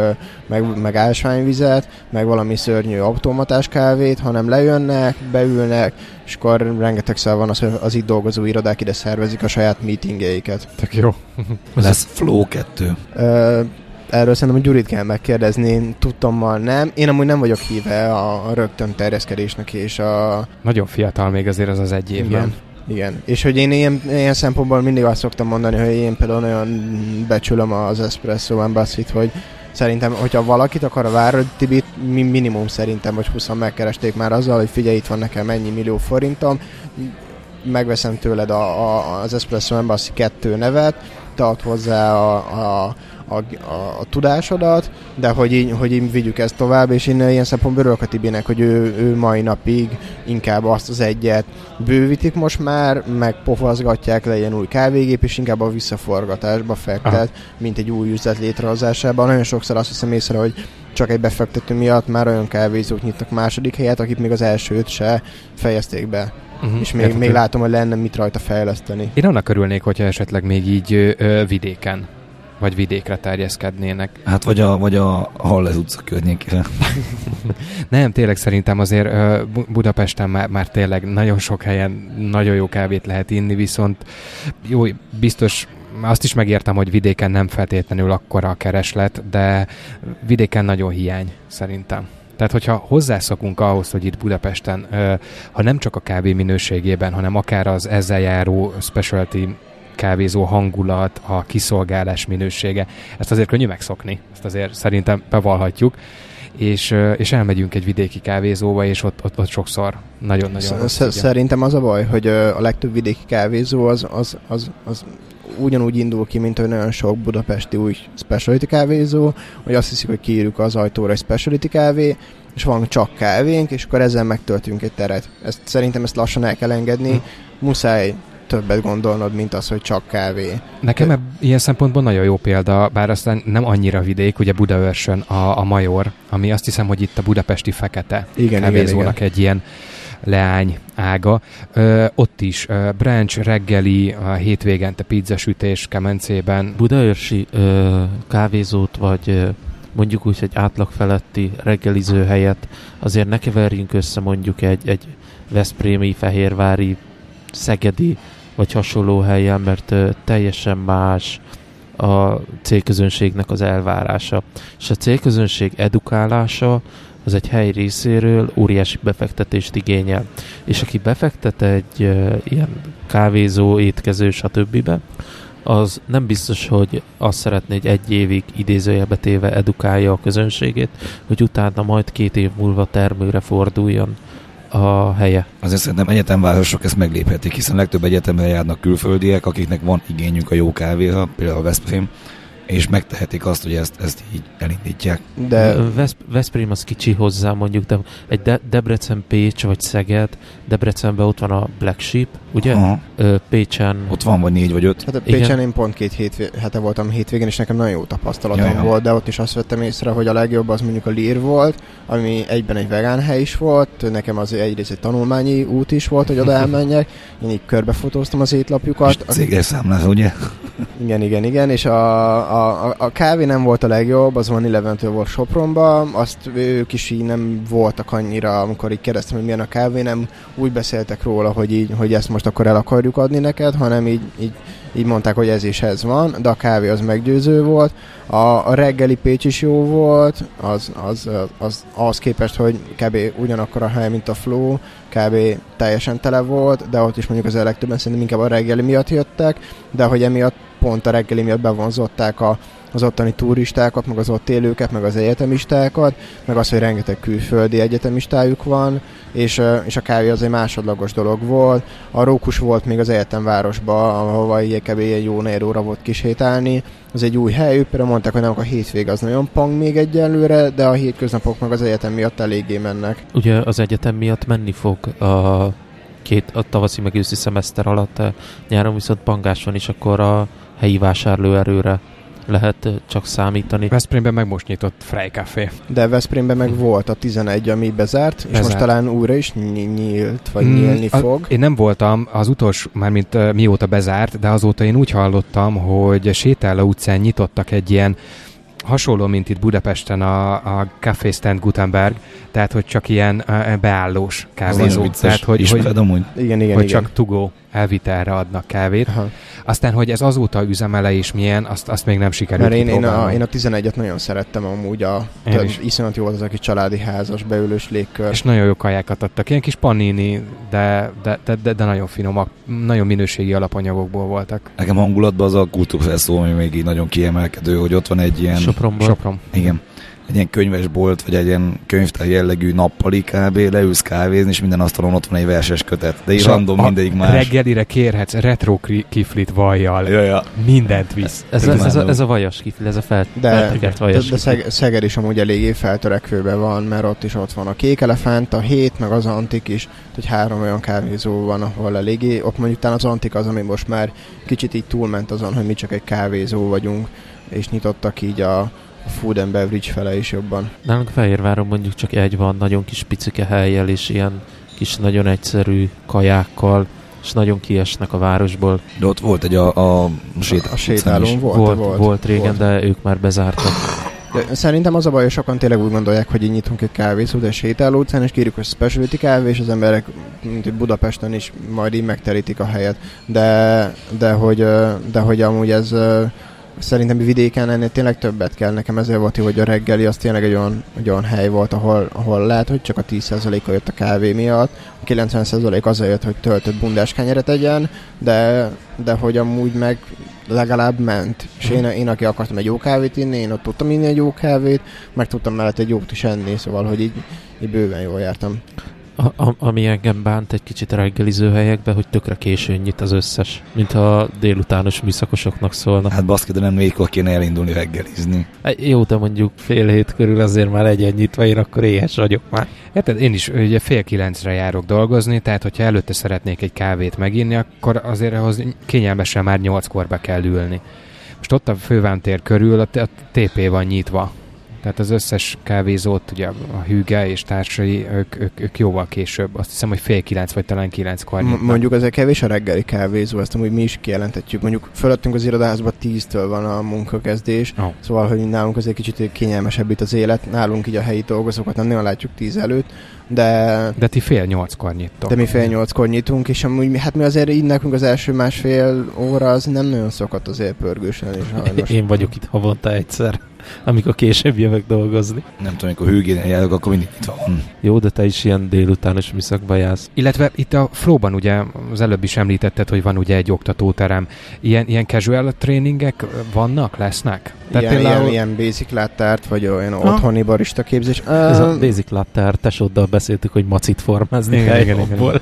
meg ásványvizet, meg valami szörnyű automatás kávét, hanem lejönnek, beülnek, és akkor rengetegszer van az, hogy az itt dolgozó irodák ide szervezik a saját meetingjeiket. Tök jó. Lesz Flow 2. Erről szerintem a Gyurit kell megkérdezni, tudtommal nem. Én amúgy nem vagyok híve a rögtön terjeszkedésnek és a... Nagyon fiatal még azért az az 1 évben. Igen. És hogy én ilyen szempontból mindig azt szoktam mondani, hogy én például nagyon becsülöm az Espresso Embassy-t, hogy szerintem, hogyha valakit akar a Váradi Tibit, minimum szerintem, hogy 20 megkeresték már azzal, hogy figyelj, itt van nekem ennyi millió forintom, megveszem tőled az Espresso Embassy 2 nevet, te ad hozzá a tudásodat, de hogy így vigyük ezt tovább, és én ilyen szempontból örülök a Tibinek, hogy ő mai napig inkább azt az egyet bővítik most már, meg pofazgatják, legyen új kávégép, és inkább a visszaforgatásba fektet, mint egy új üzlet létrehozásában. Nagyon sokszor azt hiszem észre, hogy csak egy befektető miatt már olyan kávézók nyitnak második helyet, akik még az elsőt se fejezték be. És még látom, hogy lenne mit rajta fejleszteni. Én annak örülnék, hogyha esetleg még így vidéken, vagy vidékre terjeszkednének. Hát vagy a Hallez utca környékére. Nem, tényleg szerintem azért Budapesten már tényleg nagyon sok helyen nagyon jó kávét lehet inni, viszont jó, biztos azt is megértem, hogy vidéken nem feltétlenül akkora a kereslet, de vidéken nagyon hiány szerintem. Tehát, hogyha hozzászokunk ahhoz, hogy itt Budapesten, ha nem csak a kávé minőségében, hanem akár az ezzel járó specialty kávézó hangulat, a kiszolgálás minősége, ezt azért könnyű megszokni, ezt azért szerintem bevallhatjuk, és elmegyünk egy vidéki kávézóba, és ott sokszor nagyon-nagyon Szerintem az a baj, hogy a legtöbb vidéki kávézó az ugyanúgy indul ki, mint hogy nagyon sok budapesti új specialty kávézó, hogy azt hiszik, hogy kiírjuk az ajtóra egy specialty kávé, és van csak kávénk, és akkor ezzel megtöltünk egy teret. Szerintem ezt lassan el kell engedni, muszáj többet gondolnod, mint az, hogy csak kávé. Nekem ilyen szempontból nagyon jó példa, bár aztán nem annyira vidék, ugye Budaörsön a Major, ami azt hiszem, hogy itt a budapesti fekete kávézónak egy ilyen leány ága. Ott is brunch, reggeli, a hétvégente pizzasütés kemencében. Budaörsi kávézót, vagy mondjuk úgy, egy átlag feletti reggeliző helyet azért ne keverjünk össze mondjuk egy veszprémi, fehérvári, szegedi vagy hasonló helyen, mert teljesen más a célközönségnek az elvárása. És a célközönség edukálása az egy hely részéről óriási befektetést igényel. És aki befektet egy ilyen kávézó, étkező, stb., az nem biztos, hogy azt szeretné, hogy 1 évig idézőjelbe téve edukálja a közönségét, hogy utána majd 2 év múlva termőre forduljon a helye. Azért szerintem egyetemvárosok ezt megléphetik, hiszen legtöbb egyetemre járnak külföldiek, akiknek van igényük a jó kávéra, például a Veszprém, és megtehetik azt, hogy ezt így elindítják. De Veszprém az kicsi hozzá mondjuk, de egy Debrecen, Pécs vagy Szeged, Debrecenben ott van a Black Sheep, ugye? Aha. Pécsen... Ott van vagy 4 vagy 5. hát a Pécsen én pont 2 hete voltam hétvégén, és nekem nagyon jó tapasztalatom volt, de ott is azt vettem észre, hogy a legjobb az mondjuk a Lír volt, ami egyben egy vegán hely is volt, nekem az egyrészt egy tanulmányi út is volt, hogy oda elmenjek, én így körbefotóztam az étlapjukat. És céges számláz, ugye? Igen, és a kávé nem volt a legjobb, az Van Eleven-től volt Sopronban, azt ők is így nem voltak annyira, amikor így kérdeztem, hogy milyen a kávé, nem úgy beszéltek róla, hogy ezt most akkor el akarjuk adni neked, hanem így mondták, hogy ez is ez van, de a kávé az meggyőző volt. A reggeli Pécs is jó volt, az képest, hogy kb. Ugyanakkor a hely, mint a Flow, kb. Teljesen tele volt, de ott is mondjuk az legtöbben szerintem inkább a reggeli miatt jöttek, de hogy emiatt pont a reggeli miatt bevonzották az ottani turistákat, meg az ott élőket, meg az egyetemistákat, meg az, hogy rengeteg külföldi egyetemistájuk van, és a kávé az egy másodlagos dolog volt. A Rókus volt még az egyetemvárosban, ahova kb. Ilyen jó 4 óra volt kisétálni. Az egy új hely, például mondták, hogy nem a hétvége az nagyon pang még egyelőre, de a hétköznapok meg az egyetem miatt eléggé mennek. Ugye az egyetem miatt menni fog a tavaszi meg őszi szemeszter alatt, nyáron viszont pangás van, és akkor a helyi vásárlóerőre lehet csak számítani. Veszprémben meg most nyitott Frey Café. De Veszprémben meg volt a 11, ami bezárt, és most talán újra is nyílt, vagy nyílni fog. Én nem voltam az utolsó, mármint mióta bezárt, de azóta én úgy hallottam, hogy Sétáló utcán nyitottak egy ilyen hasonló, mint itt Budapesten a Café Stand Gutenberg, tehát hogy csak ilyen beállós kávézó. Tehát, Ismered amúgy? Igen. Csak to go elvitelre adnak kávét. Aha. Aztán, hogy ez azóta üzemele és milyen, azt még nem sikerült kipróbálnom. Én a 11-et nagyon szerettem amúgy, iszonyat jó volt az a kis családi házas, beülős légkör. És nagyon jó kajákat adtak, ilyen kis panini, de nagyon finomak, nagyon minőségi alapanyagokból voltak. Nekem hangulatban az a kultúrfesztó, ami még így nagyon kiemelkedő, hogy ott van egy ilyen... Sopron. Igen. Egy ilyen könyvesbolt, vagy egy ilyen könyvtár jellegű nappali kb. Leülsz kávézni, és minden asztalon ott van egy verses kötet. De így random mindegyik más. Reggelire kérhetsz retro kiflit vajjal. Ja. Mindent visz. Ez a vajas kifli, ez a feltökert vajas kifli. De Szeged is amúgy eléggé feltörekvőben van, mert ott van a Kék Elefánt, a Hét, meg az Antik is. Hogy 3 olyan kávézó van, ahol eléggé. Ott mondjuk talán az Antik az, ami most már kicsit így túlment azon, hogy mi csak egy kávézó vagyunk, és nyitottak így a food and beverage fele is jobban. Nálunk Fehérváron mondjuk csak egy van, nagyon kis picike helyjel, és ilyen kis nagyon egyszerű kajákkal, és nagyon kiesnek a városból. De ott volt egy a sétálón volt régen, de ők már bezártak. De szerintem az a baj, hogy sokan tényleg úgy gondolják, hogy így nyitunk egy kávézót, egy sétáló utcán, és kérjük, hogy specialty kávé, és az emberek, mint Budapesten is, majd így megterítik a helyet. De hogy amúgy ez... Szerintem vidéken ennél tényleg többet kell. Nekem ezért volt, hogy a reggeli az tényleg egy olyan hely volt, ahol lehet, hogy csak a 10%-a jött a kávé miatt, a 90% azért jött, hogy töltött bundás kenyeret egyen, de hogy amúgy meg legalább ment. És én aki akartam egy jó kávét inni, én ott tudtam inni egy jó kávét, meg tudtam mellett egy jót is enni, szóval, hogy így bőven jól jártam. Ami engem bánt egy kicsit a reggeliző helyekben, hogy tökre későn nyit az összes, mintha délutános műszakosoknak szólna. Hát baszki, de nem 4-kor kéne elindulni reggelizni. Jó, de mondjuk 6:30 körül azért már legyen nyitva, én akkor éhes vagyok már. Érted, én is ugye 8:30-re járok dolgozni, tehát hogyha előtte szeretnék egy kávét meginni, akkor azért ahhoz kényelmesen már 8-kor be kell ülni. Most ott a Fővámtér körül a TP van nyitva. Tehát az összes kávézót, ugye a Hüge és társai, ők jóval később. Azt hiszem, hogy 8:30 vagy talán 9-kor. Mondjuk azért kevés a reggeli kávézó, ezt amúgy mi is kijelentetjük. Mondjuk fölöttünk az irodaházban 10-től van a munkakezdés, szóval, hogy nálunk azért kicsit kényelmesebb itt az élet. Nálunk így a helyi dolgozókat nem nagyon látjuk 10 előtt, de ti 7:30-kor nyittok. De mi 7:30-kor nyitunk, és amúgy hát mi azért így nekünk az első másfél óra az nem nagyon szokott azért pörgősen és Én vagyok itt havonta egyszer, amikor később jövök dolgozni. Nem tudom, amikor hűgénél járok, akkor mindig nyitva van. Jó, de te is ilyen délutános műszakba jársz. Illetve itt a Flow-ban ugye az előbb is említetted, hogy van ugye egy oktatóterem. Ilyen casual tréningek vannak, lesznek? ilyen basic latte-t, vagy olyan otthoni barista képzés. Ez a basic latte, tesóddal beszéltük, hogy macit formázni kell jobból.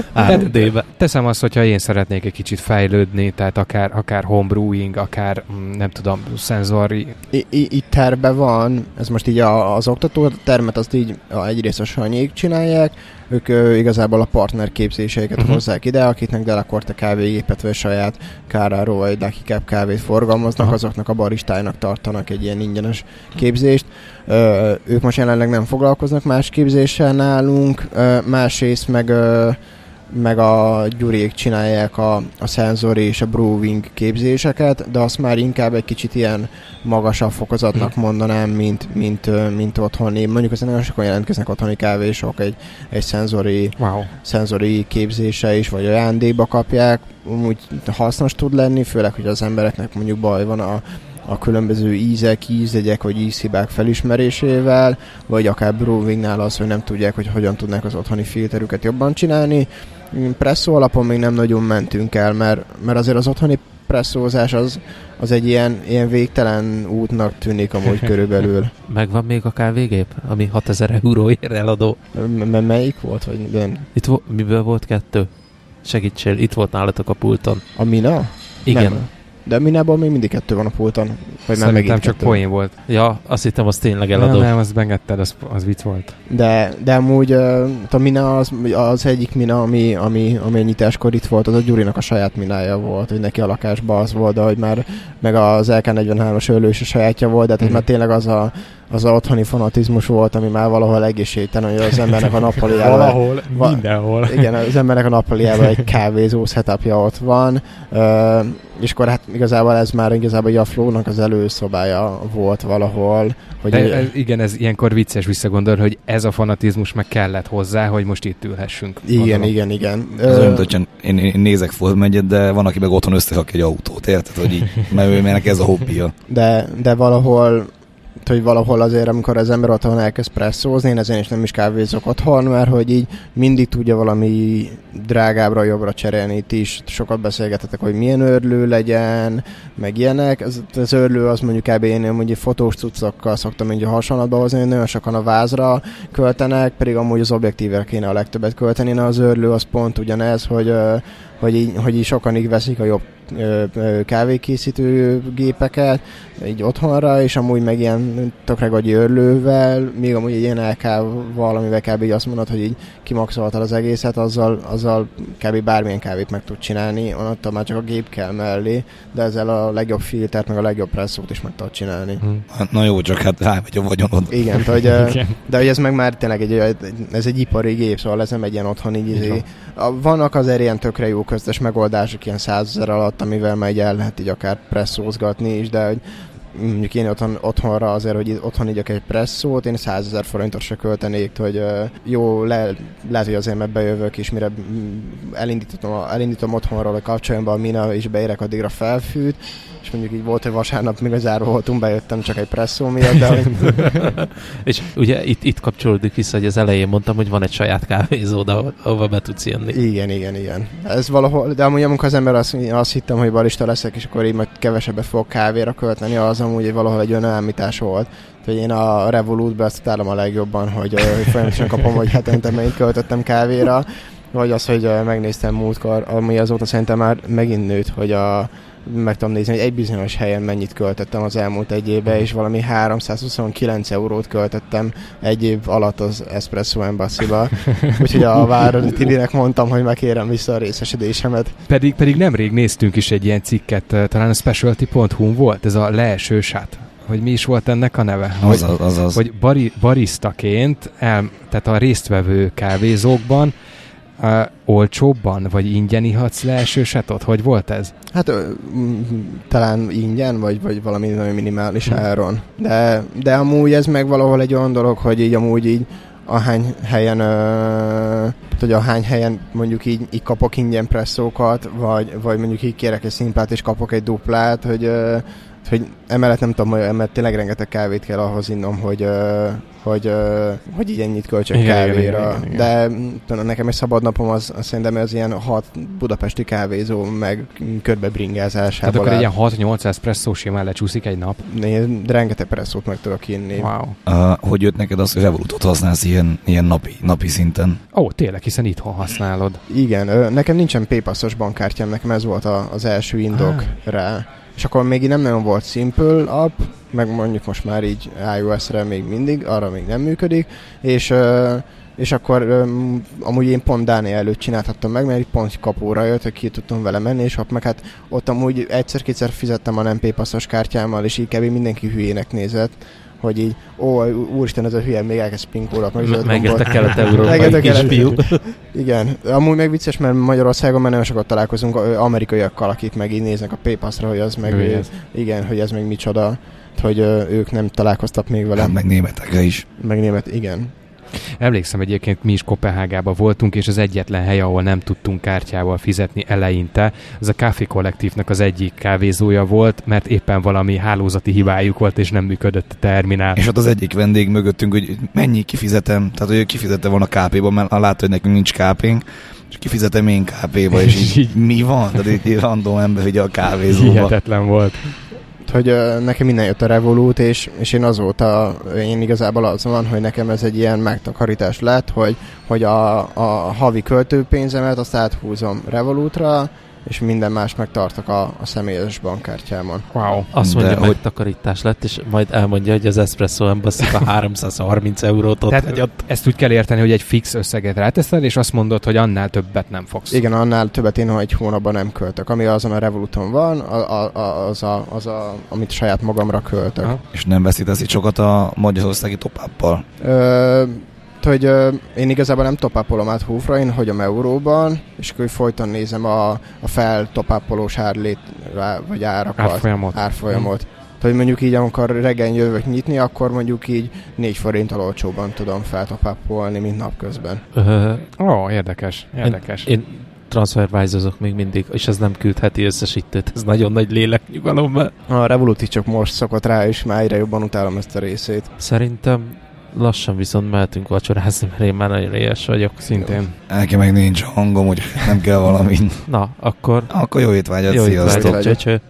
Teszem azt, hogyha én szeretnék egy kicsit fejlődni, tehát akár homebrewing, akár nem tudom, szenzori. Itt terve van, ez most így az oktató termet, azt így egyrészt a Sanyék csinálják, ők igazából a partner képzéseiket hozzák ide, akiknek Delacorte kávégépet vagy saját Carraro vagy Lucky Cap kávét forgalmaznak, azoknak a baristáinak tartanak egy ilyen ingyenes képzést. Ők most jelenleg nem foglalkoznak más képzéssel nálunk, másrészt meg a Gyuriék csinálják a szenzori és a brewing képzéseket, de azt már inkább egy kicsit ilyen magasabb fokozatnak mondanám, mint otthoni. Mondjuk azért nagyon sokan jelentkeznek otthoni kávésok, egy szenzori képzése is, vagy ajándékba kapják. Úgy hasznos tud lenni, főleg, hogy az embereknek mondjuk baj van a különböző ízek, ízjegyek vagy ízhibák felismerésével, vagy akár brewingnál az, hogy nem tudják, hogy hogyan tudnák az otthoni filterüket jobban csinálni. Presszó alapon még nem nagyon mentünk el, mert azért az otthoni presszózás az egy ilyen végtelen útnak tűnik amúgy körülbelül. Megvan még a kávégép, ami 6000 euróért eladó? Melyik volt? Vagy miből volt 2? Segítsél, itt volt nálatok a pulton. A Mina? Igen. Nem. De a Minában még mindig 2 van a pulton. Szerintem csak poén volt. Ja, azt hittem, az tényleg eladó. Nem, azt beengedted, az vicc volt. De amúgy a Mina az egyik Mina, ami a nyitáskor itt volt, az a Gyurinak a saját Minája volt, hogy neki a lakásban az volt, de hogy már meg az LK43-as ölő is a sajátja volt, de tehát már tényleg az a otthoni fanatizmus volt, ami már valahol egészségtelen, hogy az embernek a nappaliában... Valahol, mindenhol. Igen, az embernek a nappaliában egy kávézó setupja ott van, és akkor hát igazából ez már a Flow-nak az előszobája volt valahol. Hogy igen, ez ilyenkor vicces visszagondolni, hogy ez a fanatizmus meg kellett hozzá, hogy most itt ülhessünk. Igen. Az olyan, hogy én nézek Forma 1-et, de van, aki meg otthon összerak egy autót, érted? Hogy így, mert ez a hobbija. De valahol azért, amikor az ember otthon elkezd presszózni, én ezen is nem is kávézok otthon, mert hogy így mindig tudja valami drágábbra, jobbra cserélni. Itt is sokat beszélgetetek, hogy milyen örlő legyen, meg ilyenek. Az örlő az mondjuk kb. Én mondjuk fotós cuccokkal szoktam így hasonlatba hozni, nagyon sokan a vázra költenek, pedig amúgy az objektívre kéne a legtöbbet költeni, na az örlő az pont ugyanez, hogy így sokan így veszik a jobb kávékészítő gépeket így otthonra, és amúgy meg ilyen tökre gagyi örlővel, még amúgy egy ilyen LK-val, amivel kb. Így azt mondod, hogy így kimaxoltad az egészet, azzal kb. Bármilyen kávét meg tud csinálni, onnantól már csak a gép kell mellé, de ezzel a legjobb filtert, meg a legjobb presszót is meg tud csinálni. Hát na jó, csak hát rámegy a vagyonod. Igen, de hogy ez meg már tényleg ez egy ipari gép, szóval ez nem egy ilyen otthoni vannak azért ilyen tökre jó köztes megoldások, ilyen 100 000 alatt, amivel már így el lehet így akár presszózgatni is, de hogy mondjuk én otthonra azért, hogy otthon igyak egy presszót, én 100 000 forintot se költenék, hogy jó, lehet, hogy azért mert bejövök, és mire elindítom otthonról a kapcsolatban a Mina, és beérek addigra felfűt, és mondjuk így volt, hogy vasárnap még a zárva voltunk, bejöttem csak egy presszó miatt, de... És ugye itt kapcsolódik vissza, hogy az elején mondtam, hogy van egy saját kávézód, ahova be tudsz jönni. Igen. Ez valahol, de amúgy amikor az ember azt hittem, hogy barista leszek, és akkor így majd kevesebbet fogok kávéra költeni, az amúgy valahol egy önelmítás volt. Hogy én a Revolutbe azt utálom a legjobban, hogy folyamatosan kapom, hogy hetente mennyit költöttem kávéra, vagy az, hogy megnéztem múltkor, ami azóta szerintem már megint nőtt, hogy meg tudom nézni, hogy egy bizonyos helyen mennyit költöttem az elmúlt egy évben, és valami 329 eurót költöttem egy év alatt az Espresso Embassy-ba. Úgyhogy a Váradi Tibinek mondtam, hogy megkérem vissza a részesedésemet. Pedig nemrég néztünk is egy ilyen cikket, talán a specialty.hu volt, ez a leeső sát. Hogy mi is volt ennek a neve? Az. Hogy barisztaként, tehát a résztvevő kávézókban olcsóbban, vagy ingyen ihatsz leeső sátot? Hogy volt ez? Hát talán ingyen, vagy valami nagyon minimális áron. De amúgy ez meg valahol egy olyan dolog, hogy így amúgy így ahány helyen mondjuk így kapok ingyen presszókat, vagy mondjuk így kérek egy szimplát és kapok egy duplát, hogy hogy emellett nem tudom, mert tényleg rengeteg kávét kell ahhoz innom, hogy így ennyit költsök kávéra. Igen. De tudom, nekem egy szabad napom az szerintem az ilyen 6 budapesti kávézó, meg körbe bringázásával. Tehát akkor egy ilyen 6-8 eszpresszó simán lecsúszik egy nap? Rengeteg presszót meg tudok inni. Wow. Hogy jött neked az, hogy Revolutot használsz ilyen napi szinten? Ó, tényleg, hiszen itthon használod. Igen, nekem nincsen PayPass-os bankkártyám, nekem ez volt az első indok rá. És akkor még nem nagyon volt Simple app, meg mondjuk most már így iOS-re még mindig, arra még nem működik, és akkor amúgy én pont Dánia előtt csinálhattam meg, mert így pont kapóra jött, hogy ki tudtam vele menni, és meg hát ott amúgy egyszer-kétszer fizettem a nem PayPass-os kártyámmal, és így kb. Mindenki hülyének nézett, hogy így, úristen, ez a hülye, még elkezd pinkólat. Megért a kelet-európai kisfiú. Igen, amúgy meg vicces, mert Magyarországon már nagyon sokat találkozunk amerikaiakkal, akik meg így néznek a PayPass-ra, hogy az meg, igen, hogy ez meg micsoda, hogy ők nem találkoztak még vele. Hát meg németekre is. Igen. Emlékszem, egyébként mi is Koppenhágában voltunk, és az egyetlen hely, ahol nem tudtunk kártyával fizetni eleinte, az a Café Collective-nek az egyik kávézója volt, mert éppen valami hálózati hibájuk volt, és nem működött a terminál. És ott az egyik vendég mögöttünk, hogy mennyi kifizetem, tehát hogy ő kifizette volna KP-ba, mert látta, hogy nekünk nincs KP-nk, és kifizetem én KP-ba, és így mi van? Tehát egy random ember ugye a kávézóba. Hihetetlen volt. Hogy nekem minden jött a Revolut, és én azóta, én igazából az van, hogy nekem ez egy ilyen megtakarítás lett, hogy a havi költőpénzemet azt áthúzom Revolutra, és minden más megtartok a személyes bankkártyámon. Wow. Azt mondja, hogy takarítás lett, és majd elmondja, hogy az Espresso Embassy a 330 eurót ott hagyott. Ezt úgy kell érteni, hogy egy fix összeget ráteszed, és azt mondod, hogy annál többet nem fogsz. Igen, annál többet én egy hónapban nem költök. Ami azon a Revoluton van, az amit saját magamra költök. Aha. És nem veszítesz itt sokat a magyarországi top-up-pal? Hogy én igazából nem top-upolom át Hoofra, én hagyom euróban, és akkor folyton nézem a fel-top-upolós vagy árakat. Árfolyamot. Tehát mondjuk így, amikor reggel jövök nyitni, akkor mondjuk így 4 forinttal olcsóban tudom fel-top-upolni, mint napközben. Érdekes. Én transferwise-ozok még mindig, és ez nem küldheti összesítőt, ez nagyon nagy léleknyugalom. A Revolut csak most szokott rá, és már egyre jobban utálom ezt a részét. Szerintem lassan viszont mehetünk vacsorázni, mert én már nagyon éhes vagyok. Szintén. Nekem meg nincs hangom, hogy nem kell valamint. Na, akkor jó étvágyat, sziasztok! Cső.